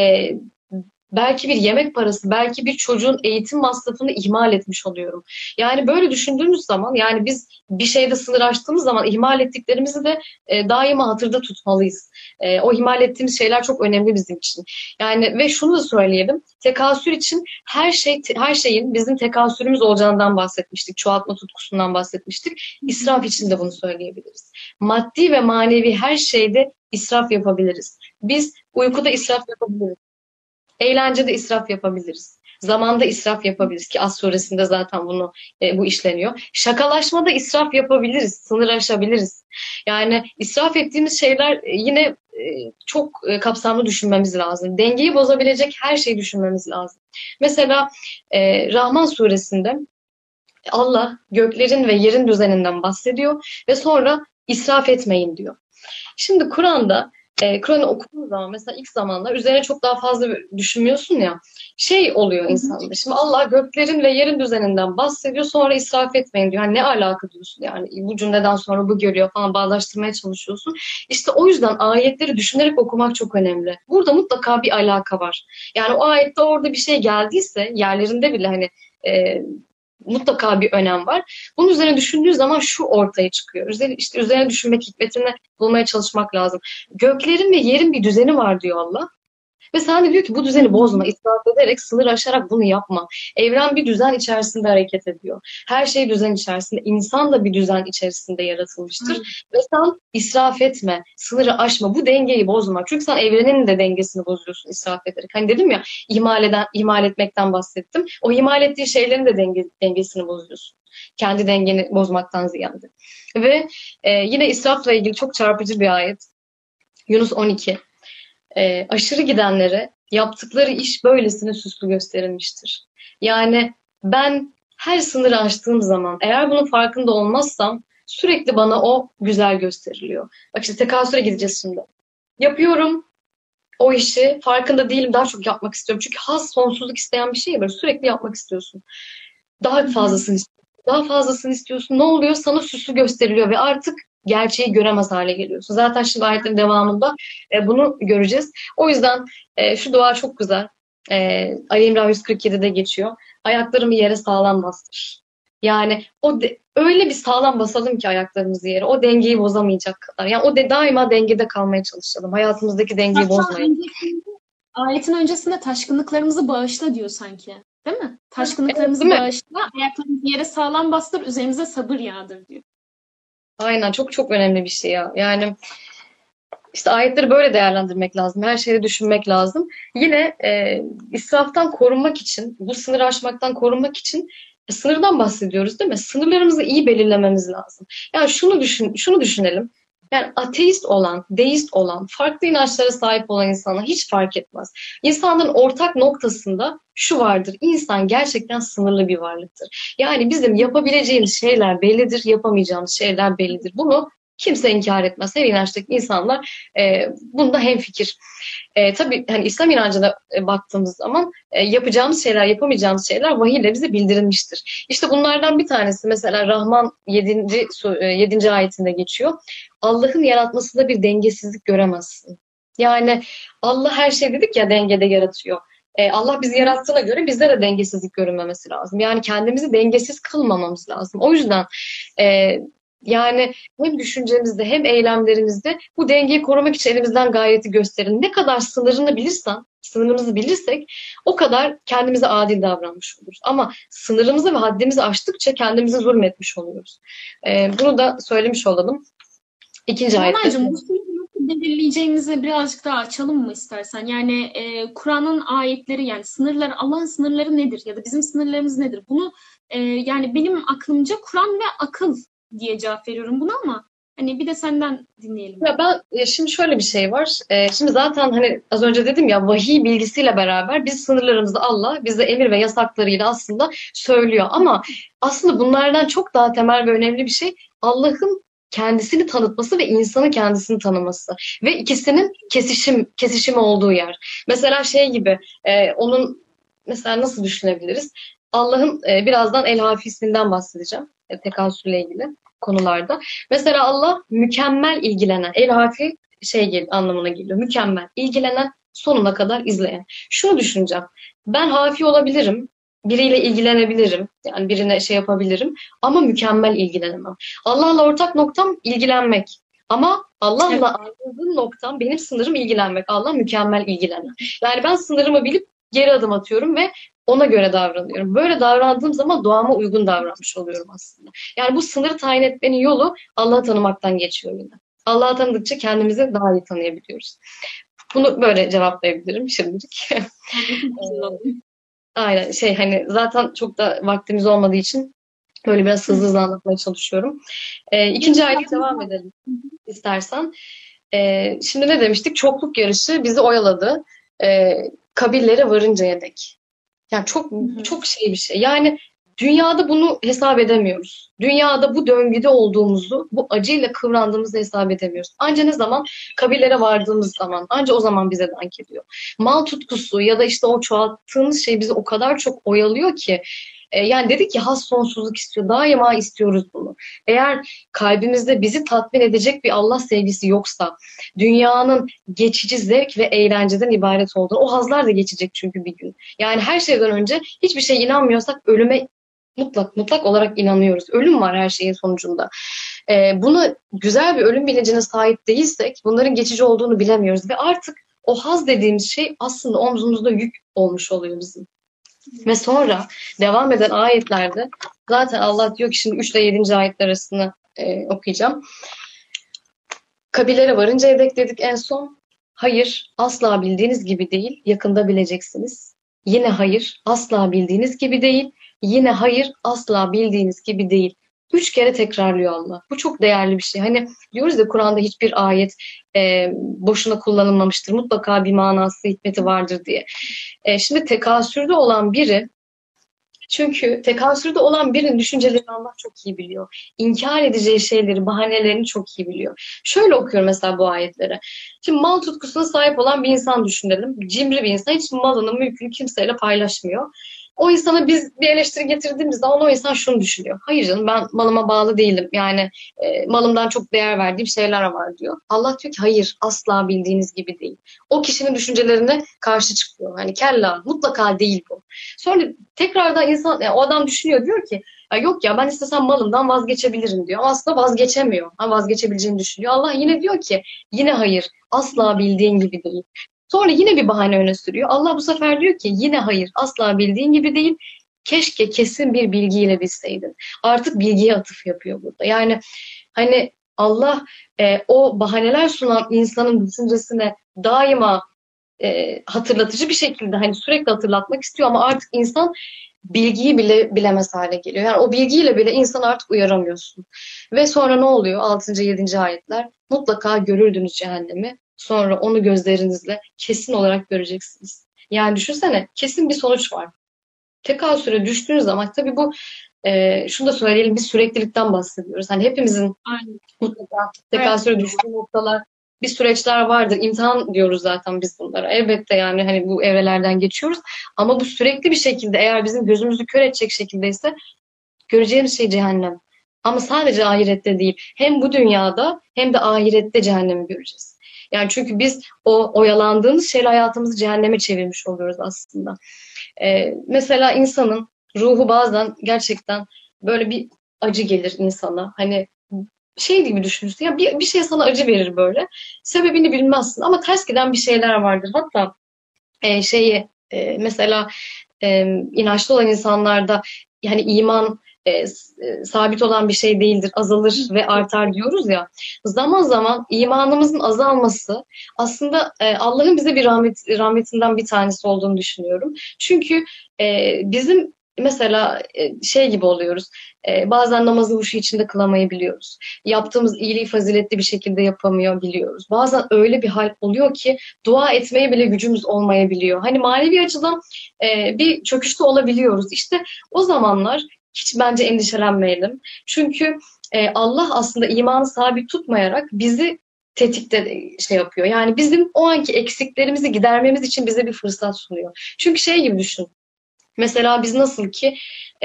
belki bir yemek parası, belki bir çocuğun eğitim masrafını ihmal etmiş oluyorum. Yani böyle düşündüğümüz zaman, yani biz bir şeyde sınır aştığımız zaman ihmal ettiklerimizi de daima hatırda tutmalıyız. O ihmal ettiğimiz şeyler çok önemli bizim için. Yani ve şunu da söyleyelim, tekasür için her şeyin bizim tekasürümüz olacağından bahsetmiştik, çoğaltma tutkusundan bahsetmiştik. İsraf için de bunu söyleyebiliriz. Maddi ve manevi her şeyde israf yapabiliriz. Biz uykuda israf yapabiliriz. Eğlencede israf yapabiliriz. Zamanda israf yapabiliriz ki Az suresinde zaten bu işleniyor. Şakalaşmada israf yapabiliriz, sınır aşabiliriz. Yani israf ettiğimiz şeyler yine çok kapsamlı düşünmemiz lazım. Dengeyi bozabilecek her şeyi düşünmemiz lazım. Mesela Rahman suresinde Allah göklerin ve yerin düzeninden bahsediyor ve sonra israf etmeyin diyor. Şimdi Kur'an'ı okuduğun zaman mesela ilk zamanlar üzerine çok daha fazla düşünmüyorsun ya, şey oluyor insanda. Şimdi Allah göklerin ve yerin düzeninden bahsediyor, sonra israf etmeyin diyor. Yani ne alaka diyorsun, yani bu cümleden sonra bu geliyor falan, bağdaştırmaya çalışıyorsun. İşte o yüzden ayetleri düşünerek okumak çok önemli. Burada mutlaka bir alaka var. Yani o ayette orada bir şey geldiyse yerlerinde bile hani mutlaka bir önem var. Bunun üzerine düşündüğü zaman şu ortaya çıkıyor. Üzerine düşünmek, hikmetini bulmaya çalışmak lazım. Göklerin ve yerin bir düzeni var diyor Allah. Ve sen de diyor ki bu düzeni bozma, israf ederek, sınır aşarak bunu yapma. Evren bir düzen içerisinde hareket ediyor. Her şey düzen içerisinde. İnsan da bir düzen içerisinde yaratılmıştır. Ve sen israf etme, sınırı aşma, bu dengeyi bozma. Çünkü sen evrenin de dengesini bozuyorsun israf ederek. Hani dedim ya, ihmal etmekten bahsettim. O ihmal ettiği şeylerin de dengesini bozuyorsun. Kendi dengeni bozmaktan ziyade. Ve yine israfla ilgili çok çarpıcı bir ayet. Yunus 12. Aşırı gidenlere yaptıkları iş böylesine süslü gösterilmiştir. Yani ben her sınırı aştığım zaman, eğer bunun farkında olmazsam, sürekli bana o güzel gösteriliyor. Bak işte tekasüre gideceğiz şimdi. Yapıyorum o işi, farkında değilim, daha çok yapmak istiyorum. Çünkü haz, sonsuzluk isteyen bir şey ya, böyle sürekli yapmak istiyorsun. Daha fazlasını istiyorsun. Daha fazlasını istiyorsun. Ne oluyor? Sana süslü gösteriliyor ve artık gerçeği göremez hale geliyorsun. Zaten şimdi ayetlerin devamında bunu göreceğiz. O yüzden şu dua çok güzel. Ali İmran 147'de geçiyor. Ayaklarımı yere sağlam bastır. Yani öyle bir sağlam basalım ki ayaklarımızı yere. O dengeyi bozamayacak kadar. Yani daima dengede kalmaya çalışalım. Hayatımızdaki dengeyi bozmayalım. Ayetin öncesinde taşkınlıklarımızı bağışla diyor sanki. Değil mi? Taşkınlıklarımızı bağışla, ayaklarımızı yere sağlam bastır, üzerimize sabır yağdır diyor. Aynen, çok çok önemli bir şey ya. Yani işte ayetleri böyle değerlendirmek lazım. Her şeyi düşünmek lazım. Yine israftan korunmak için, bu sınırı aşmaktan korunmak için sınırdan bahsediyoruz değil mi? Sınırlarımızı iyi belirlememiz lazım. Yani şunu düşünelim. Yani ateist olan, deist olan, farklı inançlara sahip olan insana hiç fark etmez. İnsanların ortak noktasında şu vardır: İnsan gerçekten sınırlı bir varlıktır. Yani bizim yapabileceğimiz şeyler bellidir, yapamayacağımız şeyler bellidir. Bunu kimse inkar etmez. Her inançtaki insanlar bunda hemfikir. Tabii hani İslam inancına baktığımız zaman yapacağımız şeyler, yapamayacağımız şeyler vahiyle bize bildirilmiştir. İşte bunlardan bir tanesi mesela Rahman 7. ayetinde geçiyor. Allah'ın yaratmasında bir dengesizlik göremezsin. Yani Allah her şey dedik ya, dengede yaratıyor. Allah bizi yarattığına göre bizde de dengesizlik görünmemesi lazım. Yani kendimizi dengesiz kılmamamız lazım. O yüzden Yani hem düşüncemizde hem eylemlerimizde bu dengeyi korumak için elimizden gayreti gösterin. Ne kadar sınırını bilirsen, sınırımızı bilirsek o kadar kendimize adil davranmış oluruz. Ama sınırımızı ve haddimizi aştıkça kendimize zulmetmiş oluyoruz. Bunu da söylemiş olalım. İkinci ayette. Caner'cim bu sınırı nasıl belirleyeceğimizi birazcık daha açalım mı istersen? Yani Kur'an'ın ayetleri, yani sınırları, Allah'ın sınırları nedir ya da bizim sınırlarımız nedir? Bunu yani benim aklımca Kur'an ve akıl diye cevap veriyorum buna, ama hani bir de senden dinleyelim. Ya ben şimdi şöyle bir şey var. Şimdi zaten hani az önce dedim ya, vahiy bilgisiyle beraber biz sınırlarımızı Allah bize emir ve yasaklarıyla aslında söylüyor. Ama aslında bunlardan çok daha temel ve önemli bir şey Allah'ın kendisini tanıtması ve insanın kendisini tanıması ve ikisinin kesişimi olduğu yer. Mesela şey gibi, onun mesela nasıl düşünebiliriz? Allah'ın birazdan El Hafisinden bahsedeceğim. Tekasürle ilgili konularda. Mesela Allah mükemmel ilgilenen, el-hafi anlamına geliyor. Mükemmel, ilgilenen, sonuna kadar izleyen. Şunu düşüneceğim. Ben hafi olabilirim, biriyle ilgilenebilirim, yani birine şey yapabilirim ama mükemmel ilgilenemem. Allah'la ortak noktam ilgilenmek. Ama Allah'la ayrıldığım noktam, benim sınırım ilgilenmek. Allah mükemmel ilgilenen. Yani ben sınırımı bilip geri adım atıyorum ve ona göre davranıyorum. Böyle davrandığım zaman doğama uygun davranmış oluyorum aslında. Yani bu sınırı tayin etmenin yolu Allah'ı tanımaktan geçiyor yine. Allah'ı tanıdıkça kendimizi daha iyi tanıyabiliyoruz. Bunu böyle cevaplayabilirim şimdilik. Aynen hani zaten çok da vaktimiz olmadığı için böyle biraz hızlı hızlı anlatmaya çalışıyorum. İkinci ayet devam edelim istersen. Şimdi ne demiştik? Çokluk yarışı bizi oyaladı. Kabirlere varıncaya dek. Yani çok şey bir şey. Yani dünyada bunu hesap edemiyoruz. Dünyada bu döngüde olduğumuzu, bu acıyla kıvrandığımızı hesap edemiyoruz. Anca ne zaman? Kabirlere vardığımız zaman. Anca o zaman bize dank ediyor. Mal tutkusu ya da işte o çoğalttığımız şey bizi o kadar çok oyalıyor ki. Yani dedik ya, has sonsuzluk istiyor. Daima istiyoruz bunu. Eğer kalbimizde bizi tatmin edecek bir Allah sevgisi yoksa, dünyanın geçici zevk ve eğlenceden ibaret olduğunu, o hazlar da geçecek çünkü bir gün. Yani her şeyden önce hiçbir şeye inanmıyorsak ölüme mutlak olarak inanıyoruz. Ölüm var her şeyin sonucunda. Bunu güzel bir ölüm bilincine sahip değilsek bunların geçici olduğunu bilemiyoruz ve artık o haz dediğimiz şey aslında omzumuzda yük olmuş oluyor bizim. Ve sonra devam eden ayetlerde zaten Allah diyor ki, şimdi 3 ile 7. ayetler arasını okuyacağım. Kabirlere varıncaya dek dedik en son. Hayır, asla bildiğiniz gibi değil, yakında bileceksiniz. Yine hayır, asla bildiğiniz gibi değil. Yine hayır, asla bildiğiniz gibi değil. 3 kere tekrarlıyor Allah. Bu çok değerli bir şey. Hani diyoruz ya, Kur'an'da hiçbir ayet boşuna kullanılmamıştır. Mutlaka bir manası, hikmeti vardır diye. Şimdi tekasürde olan biri, çünkü tekasürde olan birinin düşüncelerini Allah çok iyi biliyor. İnkar edeceği şeyleri, bahanelerini çok iyi biliyor. Şöyle okuyorum mesela bu ayetleri. Şimdi mal tutkusuna sahip olan bir insan düşünelim. Cimri bir insan, hiç malını, mülkünü kimseyle paylaşmıyor. O insana biz bir eleştiri getirdiğimiz zaman o insan şunu düşünüyor. Hayır canım, ben malıma bağlı değilim. Yani malımdan çok değer verdiğim şeyler var diyor. Allah diyor ki hayır, asla bildiğiniz gibi değil. O kişinin düşüncelerine karşı çıkıyor. Hani kella, mutlaka değil bu. Sonra tekrardan insan, yani o adam düşünüyor, diyor ki ya yok ya, ben istesem malımdan vazgeçebilirim diyor. Ama aslında vazgeçemiyor. Ama vazgeçebileceğini düşünüyor. Allah yine diyor ki yine hayır, asla bildiğin gibi değil. Sonra yine bir bahane öne sürüyor. Allah bu sefer diyor ki yine hayır, asla bildiğin gibi değil. Keşke kesin bir bilgiyle bilseydin. Artık bilgiye atıf yapıyor burada. Yani hani Allah o bahaneler sunan insanın düşüncesine daima hatırlatıcı bir şekilde hani sürekli hatırlatmak istiyor ama artık insan bilgiyi bile bilemez hale geliyor. Yani o bilgiyle bile insan artık uyaramıyorsun. Ve sonra ne oluyor? 6. 7. ayetler. Mutlaka görürdünüz cehennemi. Sonra onu gözlerinizle kesin olarak göreceksiniz. Yani düşünsene, kesin bir sonuç var. Tekasüre düştüğünüz zaman tabii bu şunu da söyleyelim, biz süreklilikten bahsediyoruz. Hani hepimizin mutlaka tekasüre düştüğü noktalar, bir süreçler vardır. İmtihan diyoruz zaten biz bunlara. Elbette yani hani bu evrelerden geçiyoruz. Ama bu sürekli bir şekilde, eğer bizim gözümüzü kör edecek şekildeyse, göreceğimiz şey cehennem. Ama sadece ahirette değil. Hem bu dünyada hem de ahirette cehennemi göreceğiz. Yani çünkü biz o oyalandığımız şeyle hayatımızı cehenneme çevirmiş oluyoruz aslında. Mesela insanın ruhu bazen gerçekten böyle bir acı gelir insana. Hani şey gibi düşünürsün. Ya bir şey sana acı verir böyle. Sebebini bilmezsin ama ters giden bir şeyler vardır. Hatta mesela inançlı olan insanlarda yani iman sabit olan bir şey değildir, azalır ve artar diyoruz ya. Zaman zaman imanımızın azalması aslında Allah'ın bize bir rahmetinden bir tanesi olduğunu düşünüyorum. Çünkü bizim mesela şey gibi oluyoruz. Bazen namazı huşu içinde kılamayabiliyoruz. Yaptığımız iyiliği faziletli bir şekilde yapamıyor biliyoruz. Bazen öyle bir hal oluyor ki dua etmeye bile gücümüz olmayabiliyor. Hani manevi açıdan bir çöküşte olabiliyoruz. İşte o zamanlar hiç bence endişelenmeyelim. Çünkü Allah aslında imanı sabit tutmayarak bizi tetikte şey yapıyor. Yani bizim o anki eksiklerimizi gidermemiz için bize bir fırsat sunuyor. Çünkü şey gibi düşün. Mesela biz nasıl ki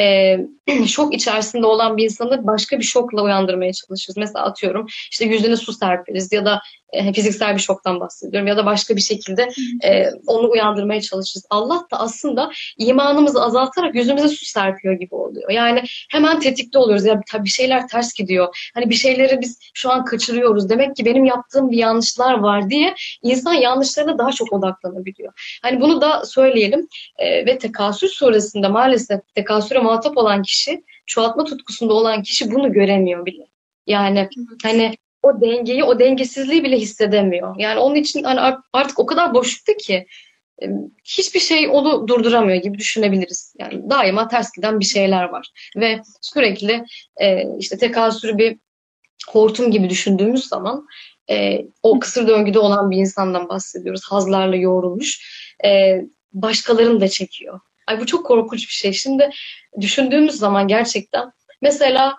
şok içerisinde olan bir insanı başka bir şokla uyandırmaya çalışırız. Mesela atıyorum işte yüzüne su serperiz ya da fiziksel bir şoktan bahsediyorum ya da başka bir şekilde onu uyandırmaya çalışırız. Allah da aslında imanımızı azaltarak yüzümüze su serpiyor gibi oluyor. Yani hemen tetikte oluyoruz. Ya tabii bir şeyler ters gidiyor. Hani bir şeyleri biz şu an kaçırıyoruz. Demek ki benim yaptığım bir yanlışlar var diye insan yanlışlarına daha çok odaklanabiliyor. Hani bunu da söyleyelim. Ve Tekasür suresinde maalesef tekasüre muhatap olan kişi, çoğaltma tutkusunda olan kişi bunu göremiyor bile. Yani hani o dengeyi, o dengesizliği bile hissedemiyor. Yani onun için hani artık o kadar boşlukta ki hiçbir şey onu durduramıyor gibi düşünebiliriz. Yani daima ters giden bir şeyler var. Ve sürekli işte tekasürü bir hortum gibi düşündüğümüz zaman o kısır döngüde olan bir insandan bahsediyoruz. Hazlarla yoğrulmuş. Başkalarını da çekiyor. Ay bu çok korkunç bir şey. Şimdi düşündüğümüz zaman gerçekten mesela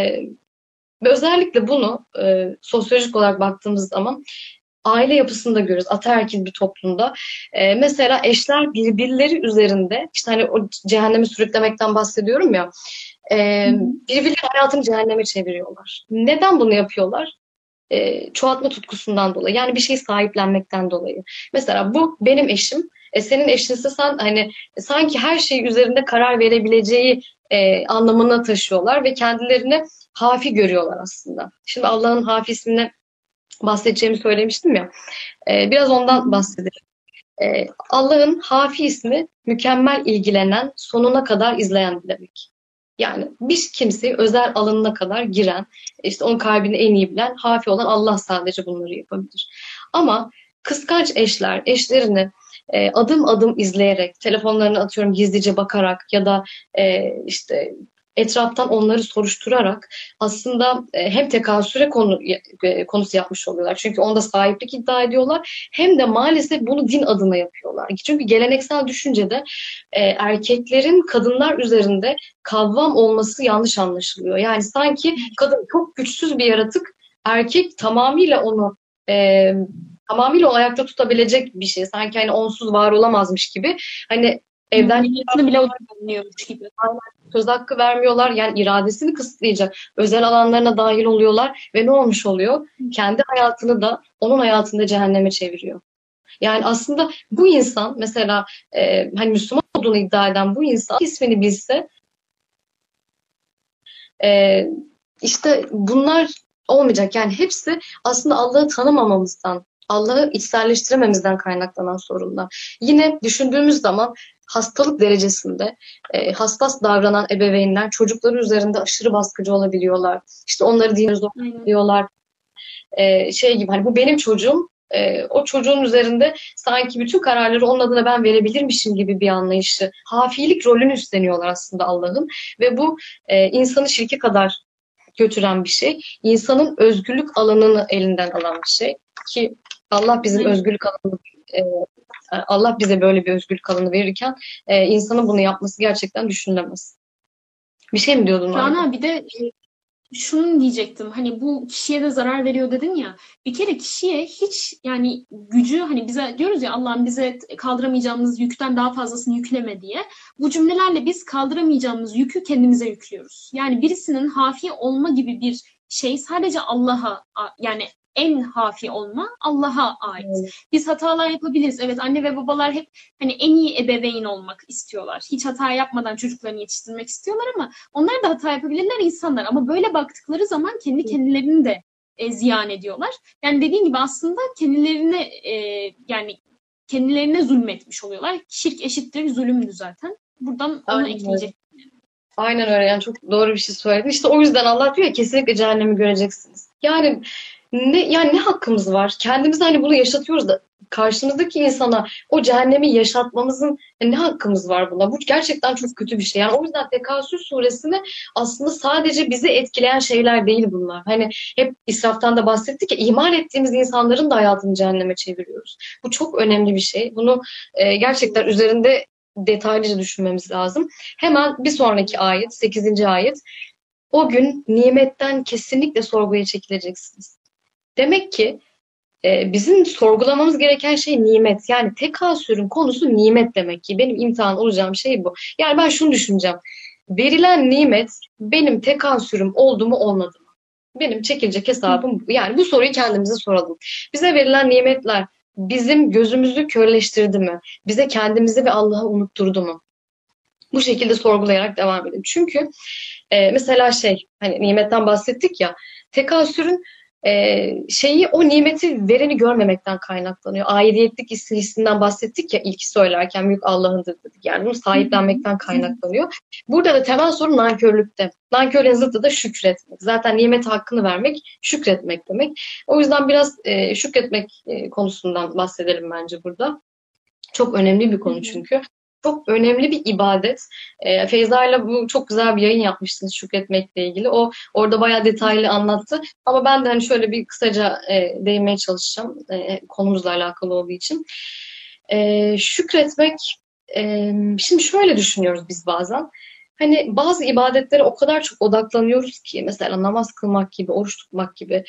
ve özellikle bunu sosyolojik olarak baktığımız zaman aile yapısında görüyoruz. Ataerkil bir toplumda. Mesela eşler birbirleri üzerinde işte hani o cehennemi sürüklemekten bahsediyorum ya birbirleri hayatını cehenneme çeviriyorlar. Neden bunu yapıyorlar? Çoğaltma tutkusundan dolayı. Yani bir şeyi sahiplenmekten dolayı. Mesela bu benim eşim. Senin eşinse sen hani sanki her şey üzerinde karar verebileceği anlamına taşıyorlar ve kendilerini hafi görüyorlar aslında. Şimdi Allah'ın hafi ismini bahsedeceğimi söylemiştim ya. Biraz ondan bahsedelim. Allah'ın hafi ismi mükemmel ilgilenen, sonuna kadar izleyen demek. Yani bir kimseyi özel alanına kadar giren, işte onun kalbini en iyi bilen, hafi olan Allah sadece bunları yapabilir. Ama kıskanç eşler, eşlerini adım adım izleyerek, telefonlarını atıyorum gizlice bakarak ya da işte etraftan onları soruşturarak aslında hem tekasüre konusu yapmış oluyorlar. Çünkü onda sahiplik iddia ediyorlar. Hem de maalesef bunu din adına yapıyorlar. Çünkü geleneksel düşüncede erkeklerin kadınlar üzerinde kavvam olması yanlış anlaşılıyor. Yani sanki kadın çok güçsüz bir yaratık, erkek tamamıyla o ayakta tutabilecek bir şey. Sanki hani onsuz var olamazmış gibi. Hani evden Niyetini bile odaklanıyormuş gibi. söz hakkı vermiyorlar. Yani iradesini kısıtlayacak özel alanlarına dahil oluyorlar ve ne olmuş oluyor? Kendi hayatını da onun hayatında cehenneme çeviriyor. Yani aslında bu insan mesela hani Müslüman olduğunu iddia eden bu insan ismini bilse işte bunlar olmayacak. Yani hepsi aslında Allah'ı tanımamamızdan, Allah'ı içselleştirememizden kaynaklanan sorunlar. Yine düşündüğümüz zaman hastalık derecesinde hassas davranan ebeveynler çocukları üzerinde aşırı baskıcı olabiliyorlar. İşte onları dine zorluyorlar. Şey gibi hani bu benim çocuğum, o çocuğun üzerinde sanki bütün kararları onun adına ben verebilirmişim gibi bir anlayışı, hafilik rolünü üstleniyorlar aslında Allah'ın ve bu insanı şirke kadar götüren bir şey. İnsanın özgürlük alanını elinden alan bir şey ki Allah bizim özgürlük alanı Allah bize böyle bir özgürlük alanı verirken insanın bunu yapması gerçekten düşünülemez. Bir şey mi diyordun? Rana bir de şunu diyecektim. Hani bu kişiye de zarar veriyor dedin ya. Bir kere kişiye hiç yani gücü hani bize diyoruz ya Allah'ım bize kaldıramayacağımız yükten daha fazlasını yükleme diye. Bu cümlelerle biz kaldıramayacağımız yükü kendimize yüklüyoruz. Yani birisinin hafi olma gibi bir şey sadece Allah'a yani en hafi olma Allah'a ait. Evet. Biz hatalar yapabiliriz. Evet, anne ve babalar hep hani en iyi ebeveyn olmak istiyorlar. Hiç hata yapmadan çocuklarını yetiştirmek istiyorlar ama onlar da hata yapabilirler, insanlar. Ama böyle baktıkları zaman kendi kendilerini de ziyan ediyorlar. Yani dediğim gibi aslında kendilerine yani kendilerine zulmetmiş oluyorlar. Şirk eşittir zulümdü zaten. Buradan onu Aynen öyle. ekleyecek. Aynen öyle, yani çok doğru bir şey söyledin. İşte o yüzden Allah diyor ya, kesinlikle cehennemi göreceksiniz. Yani ne hakkımız var? Kendimiz hani bunu yaşatıyoruz da karşımızdaki insana o cehennemi yaşatmamızın ne hakkımız var buna? Bu gerçekten çok kötü bir şey. Yani o yüzden Tekasür suresini aslında sadece bizi etkileyen şeyler değil bunlar. Hani hep israftan da bahsettik ya, iman ettiğimiz insanların da hayatını cehenneme çeviriyoruz. Bu çok önemli bir şey. Bunu gerçekten üzerinde detaylıca düşünmemiz lazım. Hemen bir sonraki ayet, 8. ayet. O gün nimetten kesinlikle sorguya çekileceksiniz. Demek ki bizim sorgulamamız gereken şey nimet. Yani tekasürün konusu nimet demek ki. Benim imtihan olacağım şey bu. Yani ben şunu düşüneceğim. Verilen nimet benim tekasürüm oldu mu olmadı mı? Benim çekilecek hesabım bu. Yani bu soruyu kendimize soralım. Bize verilen nimetler bizim gözümüzü körleştirdi mi? Bize kendimizi ve Allah'ı unutturdu mu? Bu şekilde sorgulayarak devam edin. Çünkü mesela hani nimetten bahsettik ya, tekasürün şeyi o nimeti vereni görmemekten kaynaklanıyor. Aidiyetlik hissinden bahsettik ya ilk söylerken, büyük Allah'ındır dedik. Yani bunu sahiplenmekten kaynaklanıyor. Burada da temel sorun nankörlükte. Nankörlüğün zıttı da şükretmek. Zaten nimet hakkını vermek, şükretmek demek. O yüzden biraz şükretmek konusundan bahsedelim bence burada. Çok önemli bir konu çünkü. Çok önemli bir ibadet. Feyza ile bu çok güzel bir yayın yapmıştınız şükretmekle ilgili. O orada bayağı detaylı anlattı. Ama ben de hani şöyle bir kısaca değinmeye çalışacağım konumuzla alakalı olduğu için. Şükretmek, şimdi şöyle düşünüyoruz biz bazen. Hani bazı ibadetlere o kadar çok odaklanıyoruz ki, mesela namaz kılmak gibi, oruç tutmak gibi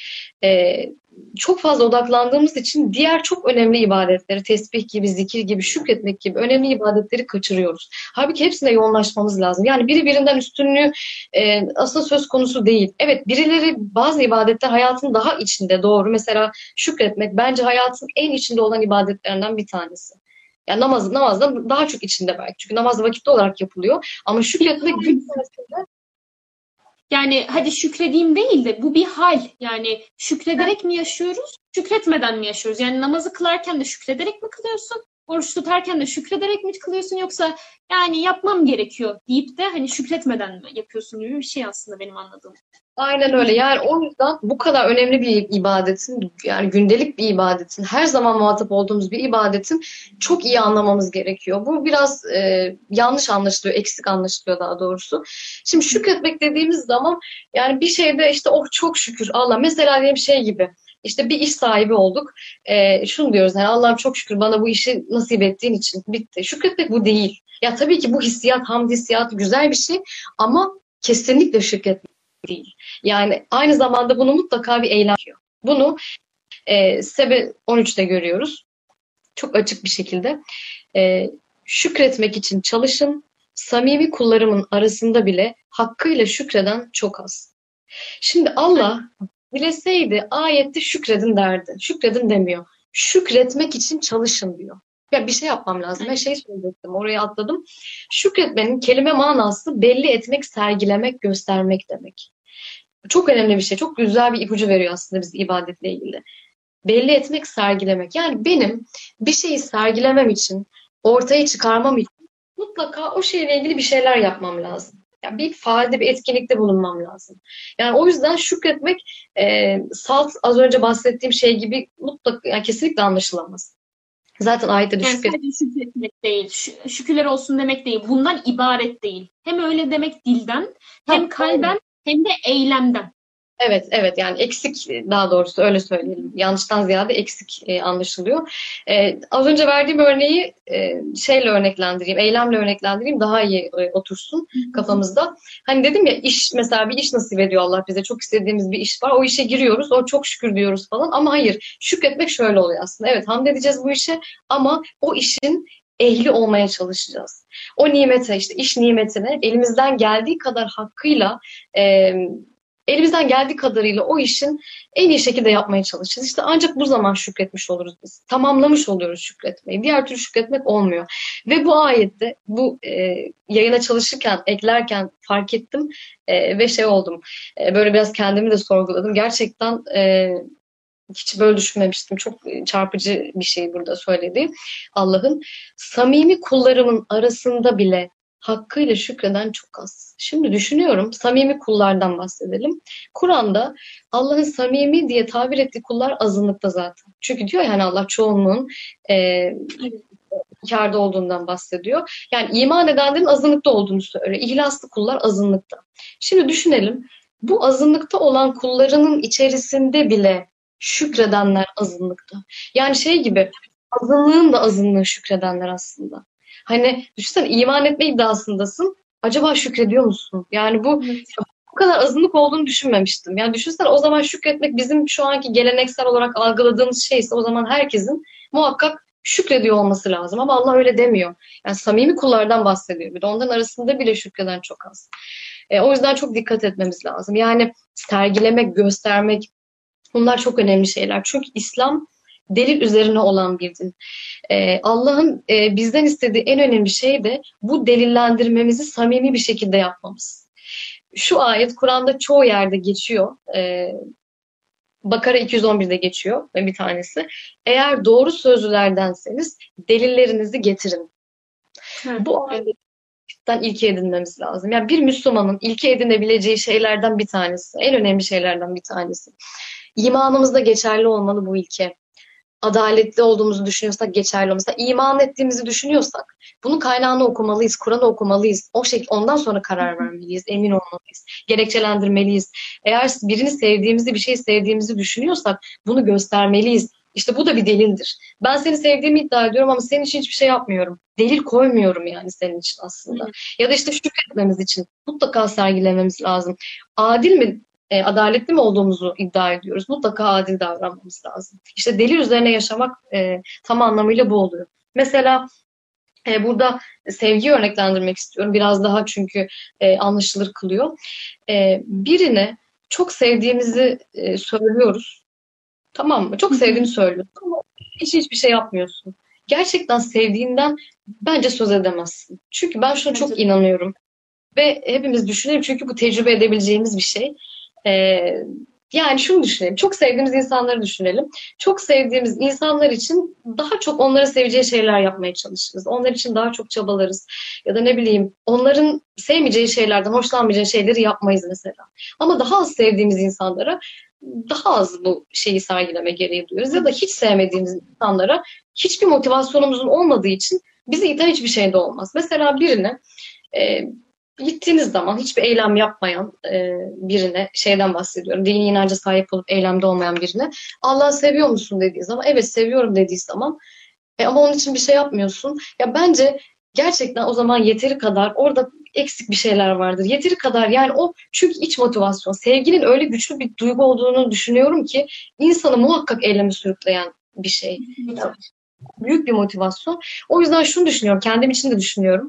çok fazla odaklandığımız için diğer çok önemli ibadetleri, tesbih gibi, zikir gibi, şükretmek gibi önemli ibadetleri kaçırıyoruz. Halbuki hepsine yoğunlaşmamız lazım. Yani biri birinden üstünlüğü aslında söz konusu değil. Evet, birileri bazı ibadetler hayatın daha içinde, doğru. Mesela şükretmek bence hayatın en içinde olan ibadetlerinden bir tanesi. Yani namazdan daha çok içinde belki. Çünkü namaz vakitli olarak yapılıyor. Ama şükretmek gün içerisinde. Yani hadi şükredeyim değil de bu bir hal. Yani şükrederek mi yaşıyoruz, şükretmeden mi yaşıyoruz? Yani namazı kılarken de şükrederek mi kılıyorsun? Oruç tutarken de şükrederek mi kılıyorsun? Yoksa yani yapmam gerekiyor deyip de hani şükretmeden mi yapıyorsun gibi bir şey aslında benim anladığım. Aynen öyle. Yani o yüzden bu kadar önemli bir ibadetin, yani gündelik bir ibadetin, her zaman muhatap olduğumuz bir ibadetin çok iyi anlamamız gerekiyor. Bu biraz yanlış anlaşılıyor, eksik anlaşılıyor daha doğrusu. Şimdi şükretmek dediğimiz zaman yani bir şeyde işte oh çok şükür Allah. Mesela diyelim şey gibi. İşte bir iş sahibi olduk. Şunu diyoruz, yani Allah'ım çok şükür bana bu işi nasip ettiğin için bitti. Şükretmek bu değil. Ya tabii ki bu hissiyat, hamd hissiyatı güzel bir şey ama kesinlikle şükretmek değil. Yani aynı zamanda bunu mutlaka bir eylem yapıyor. Bunu Sebe 13'te görüyoruz. Çok açık bir şekilde. Şükretmek için çalışın. Samimi kullarımın arasında bile hakkıyla şükreden çok az. Şimdi Allah dileseydi ayette şükredin derdi. Şükredin demiyor. Şükretmek için çalışın diyor. Ya bir şey yapmam lazım. Ben şey söyleyecektim. Oraya atladım. Şükretmenin kelime manası belli etmek, sergilemek, göstermek demek. Çok önemli bir şey. Çok güzel bir ipucu veriyor aslında bize ibadetle ilgili. Belli etmek, sergilemek. Yani benim bir şeyi sergilemem için, ortaya çıkarmam için mutlaka o şeyle ilgili bir şeyler yapmam lazım. Yani bir faalde, bir etkinlikte bulunmam lazım. Yani o yüzden şükretmek salt, az önce bahsettiğim şey gibi mutlaka, yani kesinlikle anlaşılamaz. Zaten ayette de Yani sadece şükretmek değil, şükürler olsun demek değil. Bundan ibaret değil. Hem öyle demek dilden, hem kalben, hem de eylemden. Evet, yani eksik, daha doğrusu öyle söyleyelim. Yanlıştan ziyade eksik anlaşılıyor. Az önce verdiğim örneği şeyle örneklendireyim, eylemle örneklendireyim, daha iyi otursun kafamızda. Hani dedim ya, iş, mesela bir iş nasip ediyor Allah bize. Çok istediğimiz bir iş var. O işe giriyoruz, o çok şükür diyoruz falan. Ama hayır, şükretmek şöyle oluyor aslında. Evet, hamd edeceğiz bu işe ama o işin ehli olmaya çalışacağız. O nimete, işte iş nimetine elimizden geldiği kadar hakkıyla Elimizden geldiği kadarıyla o işin en iyi şekilde yapmaya çalışırız. İşte ancak bu zaman şükretmiş oluruz biz. Tamamlamış oluyoruz şükretmeyi. Diğer türlü şükretmek olmuyor. Ve bu ayette, bu yayına çalışırken, eklerken fark ettim ve şey oldum. Böyle biraz kendimi de sorguladım. Gerçekten hiç böyle düşünmemiştim. Çok çarpıcı bir şey burada söylediğim. Allah'ın samimi kullarımın arasında bile hakkıyla şükreden çok az. Şimdi düşünüyorum, samimi kullardan bahsedelim. Kur'an'da Allah'ın samimi diye tabir ettiği kullar azınlıkta zaten. Çünkü diyor ya hani Allah çoğunluğun e, kârda olduğundan bahsediyor. Yani iman edenlerin azınlıkta olduğunu söylüyor. İhlaslı kullar azınlıkta. Şimdi düşünelim. Bu azınlıkta olan kullarının içerisinde bile şükredenler azınlıkta. Yani şey gibi azınlığın da azınlığı şükredenler aslında. Hani düşünsene iman etme iddiasındasın. Acaba şükrediyor musun? Yani Evet. bu kadar azınlık olduğunu düşünmemiştim. Yani düşünsene o zaman şükretmek bizim şu anki geleneksel olarak algıladığımız şeyse o zaman herkesin muhakkak şükrediyor olması lazım. Ama Allah öyle demiyor. Yani samimi kullardan bahsediyor. Bir de onların arasında bile şükreden çok az. O yüzden çok dikkat etmemiz lazım. Yani sergilemek, göstermek bunlar çok önemli şeyler. Çünkü İslam delil üzerine olan bir din. Allah'ın bizden istediği en önemli şey de bu delillendirmemizi samimi bir şekilde yapmamız. Şu ayet Kur'an'da çoğu yerde geçiyor. Bakara 211'de geçiyor bir tanesi. Eğer doğru sözlülerdenseniz delillerinizi getirin. Bu Evet. ayetten ilke edinmemiz lazım. Yani bir Müslümanın ilke edinebileceği şeylerden bir tanesi, en önemli şeylerden bir tanesi. İmanımızda geçerli olmalı bu ilke. Adaletli olduğumuzu düşünüyorsak geçerli olması. İman ettiğimizi düşünüyorsak bunun kaynağını okumalıyız, Kur'an'ı okumalıyız. Ondan sonra karar vermeliyiz, emin olmalıyız, gerekçelendirmeliyiz. Eğer birini sevdiğimizi, bir şey sevdiğimizi düşünüyorsak bunu göstermeliyiz. İşte bu da bir delildir. Ben seni sevdiğimi iddia ediyorum ama senin için hiçbir şey yapmıyorum. Delil koymuyorum yani senin için aslında. Ya da işte şükretmemiz için mutlaka sergilememiz lazım. Adil mi adaletli mi olduğumuzu iddia ediyoruz. Mutlaka adil davranmamız lazım. İşte delil üzerine yaşamak tam anlamıyla bu oluyor. Mesela burada sevgiyi örneklendirmek istiyorum. Biraz daha çünkü anlaşılır kılıyor. Birine çok sevdiğimizi söylüyoruz. Tamam mı? Çok sevdiğini söylüyorsun ama hiçbir şey yapmıyorsun. Gerçekten sevdiğinden bence söz edemezsin. Çünkü ben şuna çok inanıyorum. Ve hepimiz düşünelim çünkü bu tecrübe edebileceğimiz bir şey. Ee, Yani şunu düşünelim. Çok sevdiğimiz insanları düşünelim. Çok sevdiğimiz insanlar için daha çok onları seveceği şeyler yapmaya çalışırız. Onlar için daha çok çabalarız. Ya da ne bileyim onların sevmeyeceği şeylerden, hoşlanmayacağı şeyleri yapmayız mesela. Ama daha az sevdiğimiz insanlara daha az bu şeyi sergileme gereği duyuyoruz. Ya da hiç sevmediğimiz insanlara hiçbir motivasyonumuzun olmadığı için bizi iten hiçbir şey de olmaz. Mesela birine e, gittiğiniz zaman hiçbir eylem yapmayan birine şeyden bahsediyorum. Dini inanca sahip olup eylemde olmayan birine Allah'ı seviyor musun dediği zaman evet seviyorum dediği zaman ama onun için bir şey yapmıyorsun. Ya bence gerçekten o zaman yeteri kadar orada eksik bir şeyler vardır. Yeteri kadar yani o çünkü iç motivasyon. Sevginin öyle güçlü bir duygu olduğunu düşünüyorum ki insanı muhakkak eyleme sürükleyen bir şey. Yani büyük bir motivasyon. O yüzden şunu düşünüyorum. Kendim için de düşünüyorum.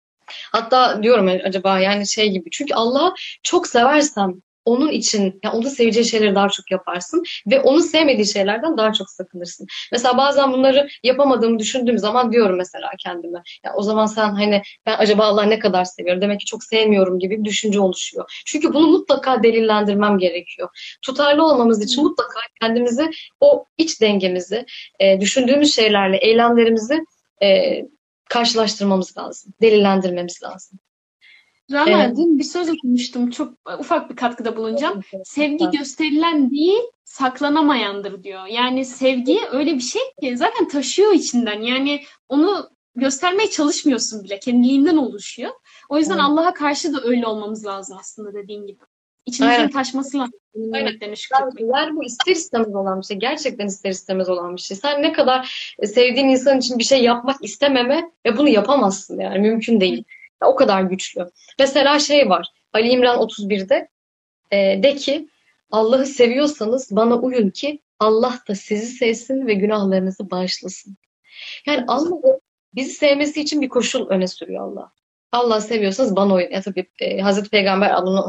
Hatta diyorum acaba yani şey gibi. Çünkü Allah'ı çok seversem onun için, yani onu seveceği şeyleri daha çok yaparsın ve onu sevmediği şeylerden daha çok sakınırsın. Mesela bazen bunları yapamadığımı düşündüğüm zaman diyorum mesela kendime. Ya o zaman sen hani ben acaba Allah'ı ne kadar seviyorum? Demek ki çok sevmiyorum gibi bir düşünce oluşuyor. Çünkü bunu mutlaka delillendirmem gerekiyor. Tutarlı olmamız için mutlaka kendimizi o iç dengemizi, düşündüğümüz şeylerle eylemlerimizi e, karşılaştırmamız lazım. Delillendirmemiz lazım. Rana, dün bir söz okumuştum. Çok ufak bir katkıda bulunacağım. Sevgi gösterilen değil, saklanamayandır diyor. Yani sevgi öyle bir şey ki zaten taşıyor içinden. Yani onu göstermeye çalışmıyorsun bile. Kendiliğinden oluşuyor. O yüzden Aynen. Allah'a karşı da öyle olmamız lazım aslında dediğin gibi. İçimizden Aynen. taşması lazım. Nimetlerine şükretmek. Yani bu ister istemez olan bir şey. Gerçekten ister istemez olan bir şey. Sen ne kadar sevdiğin insan için bir şey yapmak istememe ve bunu yapamazsın yani. Mümkün değil. Ya, o kadar güçlü. Mesela şey var. Ali İmran 31'de de ki Allah'ı seviyorsanız bana uyun ki Allah da sizi sevsin ve günahlarınızı bağışlasın. Yani Allah'ı bizi sevmesi için bir koşul öne sürüyor Allah. Allah seviyorsanız bana uyun. Ya tabii Hazreti Peygamber bunu hani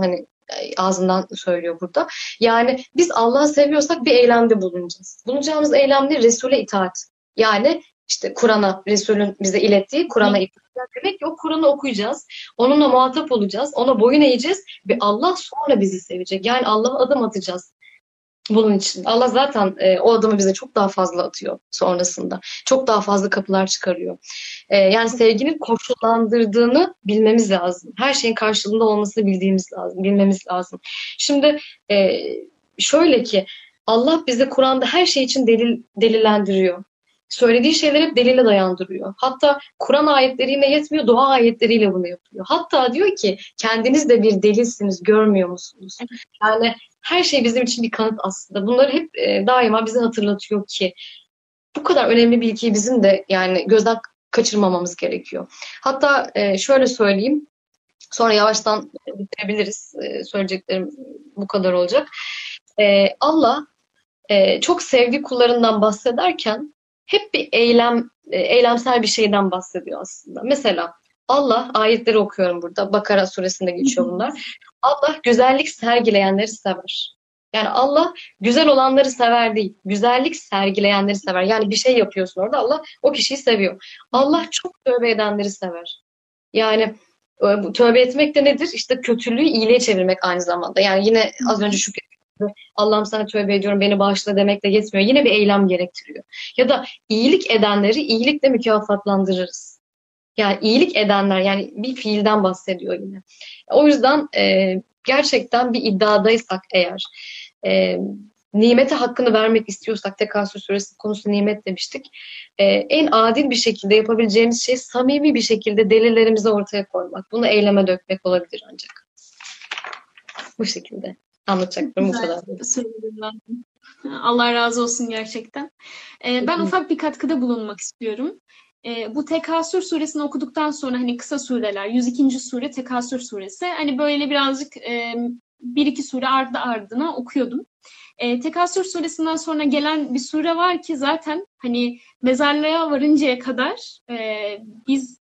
ağzından söylüyor burada. Yani biz Allah'ı seviyorsak bir eylemde bulunacağız. Bulunacağımız eylem ne? Resul'e itaat. Yani işte Kur'an'a, Resul'ün bize ilettiği Kur'an'a itaat. Demek ki o Kur'an'ı okuyacağız. Onunla muhatap olacağız. Ona boyun eğeceğiz ve Allah sonra bizi sevecek. Yani Allah'a adım atacağız bunun için. Allah zaten o adımı bize çok daha fazla atıyor sonrasında. Çok daha fazla kapılar çıkarıyor. Yani sevginin koşullandırdığını bilmemiz lazım. Her şeyin karşılığında olmasını bilmemiz lazım. Şimdi şöyle ki Allah bize Kur'an'da her şey için delillendiriyor. Söylediği şeyleri hep delile dayandırıyor. Hatta Kur'an ayetleriyle yetmiyor, dua ayetleriyle bunu yapıyor. Hatta diyor ki kendiniz de bir delilsiniz, görmüyor musunuz? Yani her şey bizim için bir kanıt aslında. Bunları hep daima bize hatırlatıyor ki bu kadar önemli bir ilkeyi bizim de yani gözden kaçırmamamız gerekiyor. Hatta şöyle söyleyeyim, sonra yavaştan bitirebiliriz. Söyleyeceklerim bu kadar olacak. Allah çok sevgi kullarından bahsederken hep bir eylemsel bir şeyden bahsediyor aslında. Mesela Allah, ayetleri okuyorum burada. Bakara suresinde geçiyor bunlar. Allah güzellik sergileyenleri sever. Yani Allah güzel olanları sever değil. Güzellik sergileyenleri sever. Yani bir şey yapıyorsun orada, Allah o kişiyi seviyor. Allah çok tövbe edenleri sever. Yani bu tövbe etmek de nedir? İşte kötülüğü iyiliğe çevirmek aynı zamanda. Yani yine az önce şu Allah'ım sana tövbe ediyorum beni bağışla demekle yetmiyor. Yine bir eylem gerektiriyor. Ya da iyilik edenleri iyilikle mükafatlandırırız. Yani iyilik edenler yani bir fiilden bahsediyor yine. O yüzden gerçekten bir iddiadaysak eğer nimete hakkını vermek istiyorsak Tekasür suresi konusu nimet demiştik. En adil bir şekilde yapabileceğimiz şey samimi bir şekilde delillerimizi ortaya koymak. Bunu eyleme dökmek olabilir ancak. Bu şekilde. Anlatacaklarım bu kadar. Allah razı olsun gerçekten. Ben ufak bir katkıda bulunmak istiyorum. Bu Tekasür suresini okuduktan sonra hani kısa sureler, 102. sure Tekasür suresi. Hani böyle birazcık bir iki sure ardı ardına okuyordum. Tekasür suresinden sonra gelen bir sure var ki zaten hani mezarlığa varıncaya kadar biz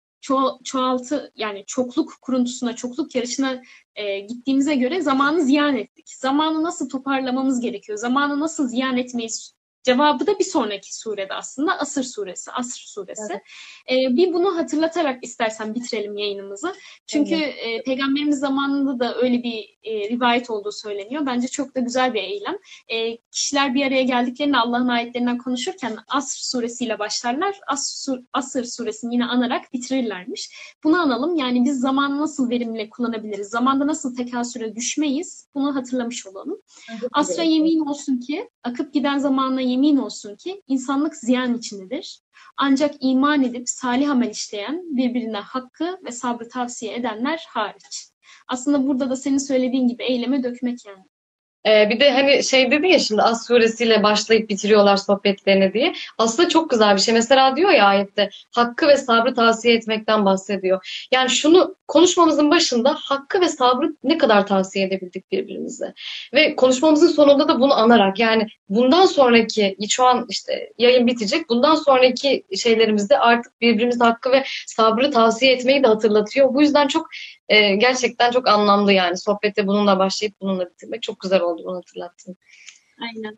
yani çokluk kuruntusuna, çokluk yarışına gittiğimize göre zamanı ziyan ettik. Zamanı nasıl toparlamamız gerekiyor? Zamanı nasıl ziyan etmeyiz? Cevabı da bir sonraki surede aslında Asr suresi. Asr suresi. Evet. Bir bunu hatırlatarak istersen bitirelim yayınımızı. Çünkü Peygamberimiz zamanında da öyle bir rivayet olduğu söyleniyor. Bence çok da güzel bir eylem. Kişiler bir araya geldiklerinde Allah'ın ayetlerinden konuşurken Asr suresiyle başlarlar. Asr suresini yine anarak bitirirlermiş. Bunu analım. Yani biz zamanı nasıl verimli kullanabiliriz? Zamanda nasıl tekasüre düşmeyiz? Bunu hatırlamış olalım. Asra yemin olsun ki, akıp giden zamanla yemin olsun ki insanlık ziyan içindedir. Ancak iman edip salih amel işleyen, birbirine hakkı ve sabrı tavsiye edenler hariç. Aslında burada da senin söylediğin gibi eyleme dökmek yani. Bir de hani şey dedi ya şimdi As suresiyle başlayıp bitiriyorlar sohbetlerini diye. Aslında çok güzel bir şey. Mesela diyor ya ayette hakkı ve sabrı tavsiye etmekten bahsediyor. Yani şunu konuşmamızın başında hakkı ve sabrı ne kadar tavsiye edebildik birbirimize. Ve konuşmamızın sonunda da bunu anarak yani bundan sonraki şu an işte yayın bitecek. Bundan sonraki şeylerimizde artık birbirimize hakkı ve sabrı tavsiye etmeyi de hatırlatıyor. Bu yüzden çok gerçekten çok anlamlı yani. Sohbette bununla başlayıp bununla bitirmek çok güzel oldu bunu hatırlattın. Aynen.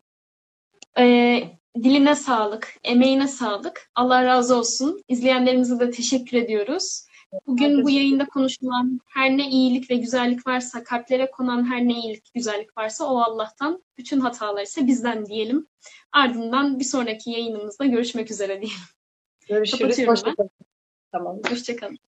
Diline sağlık, emeğine sağlık. Allah razı olsun. İzleyenlerimize de teşekkür ediyoruz. Bugün bu yayında konuşulan her ne iyilik ve güzellik varsa, kalplere konan her ne iyilik, güzellik varsa o Allah'tan, bütün hatalar ise bizden diyelim. Ardından bir sonraki yayınımızda görüşmek üzere diyelim. Görüşürüz. Hoşçakalın. Tamam. Hoşçakalın.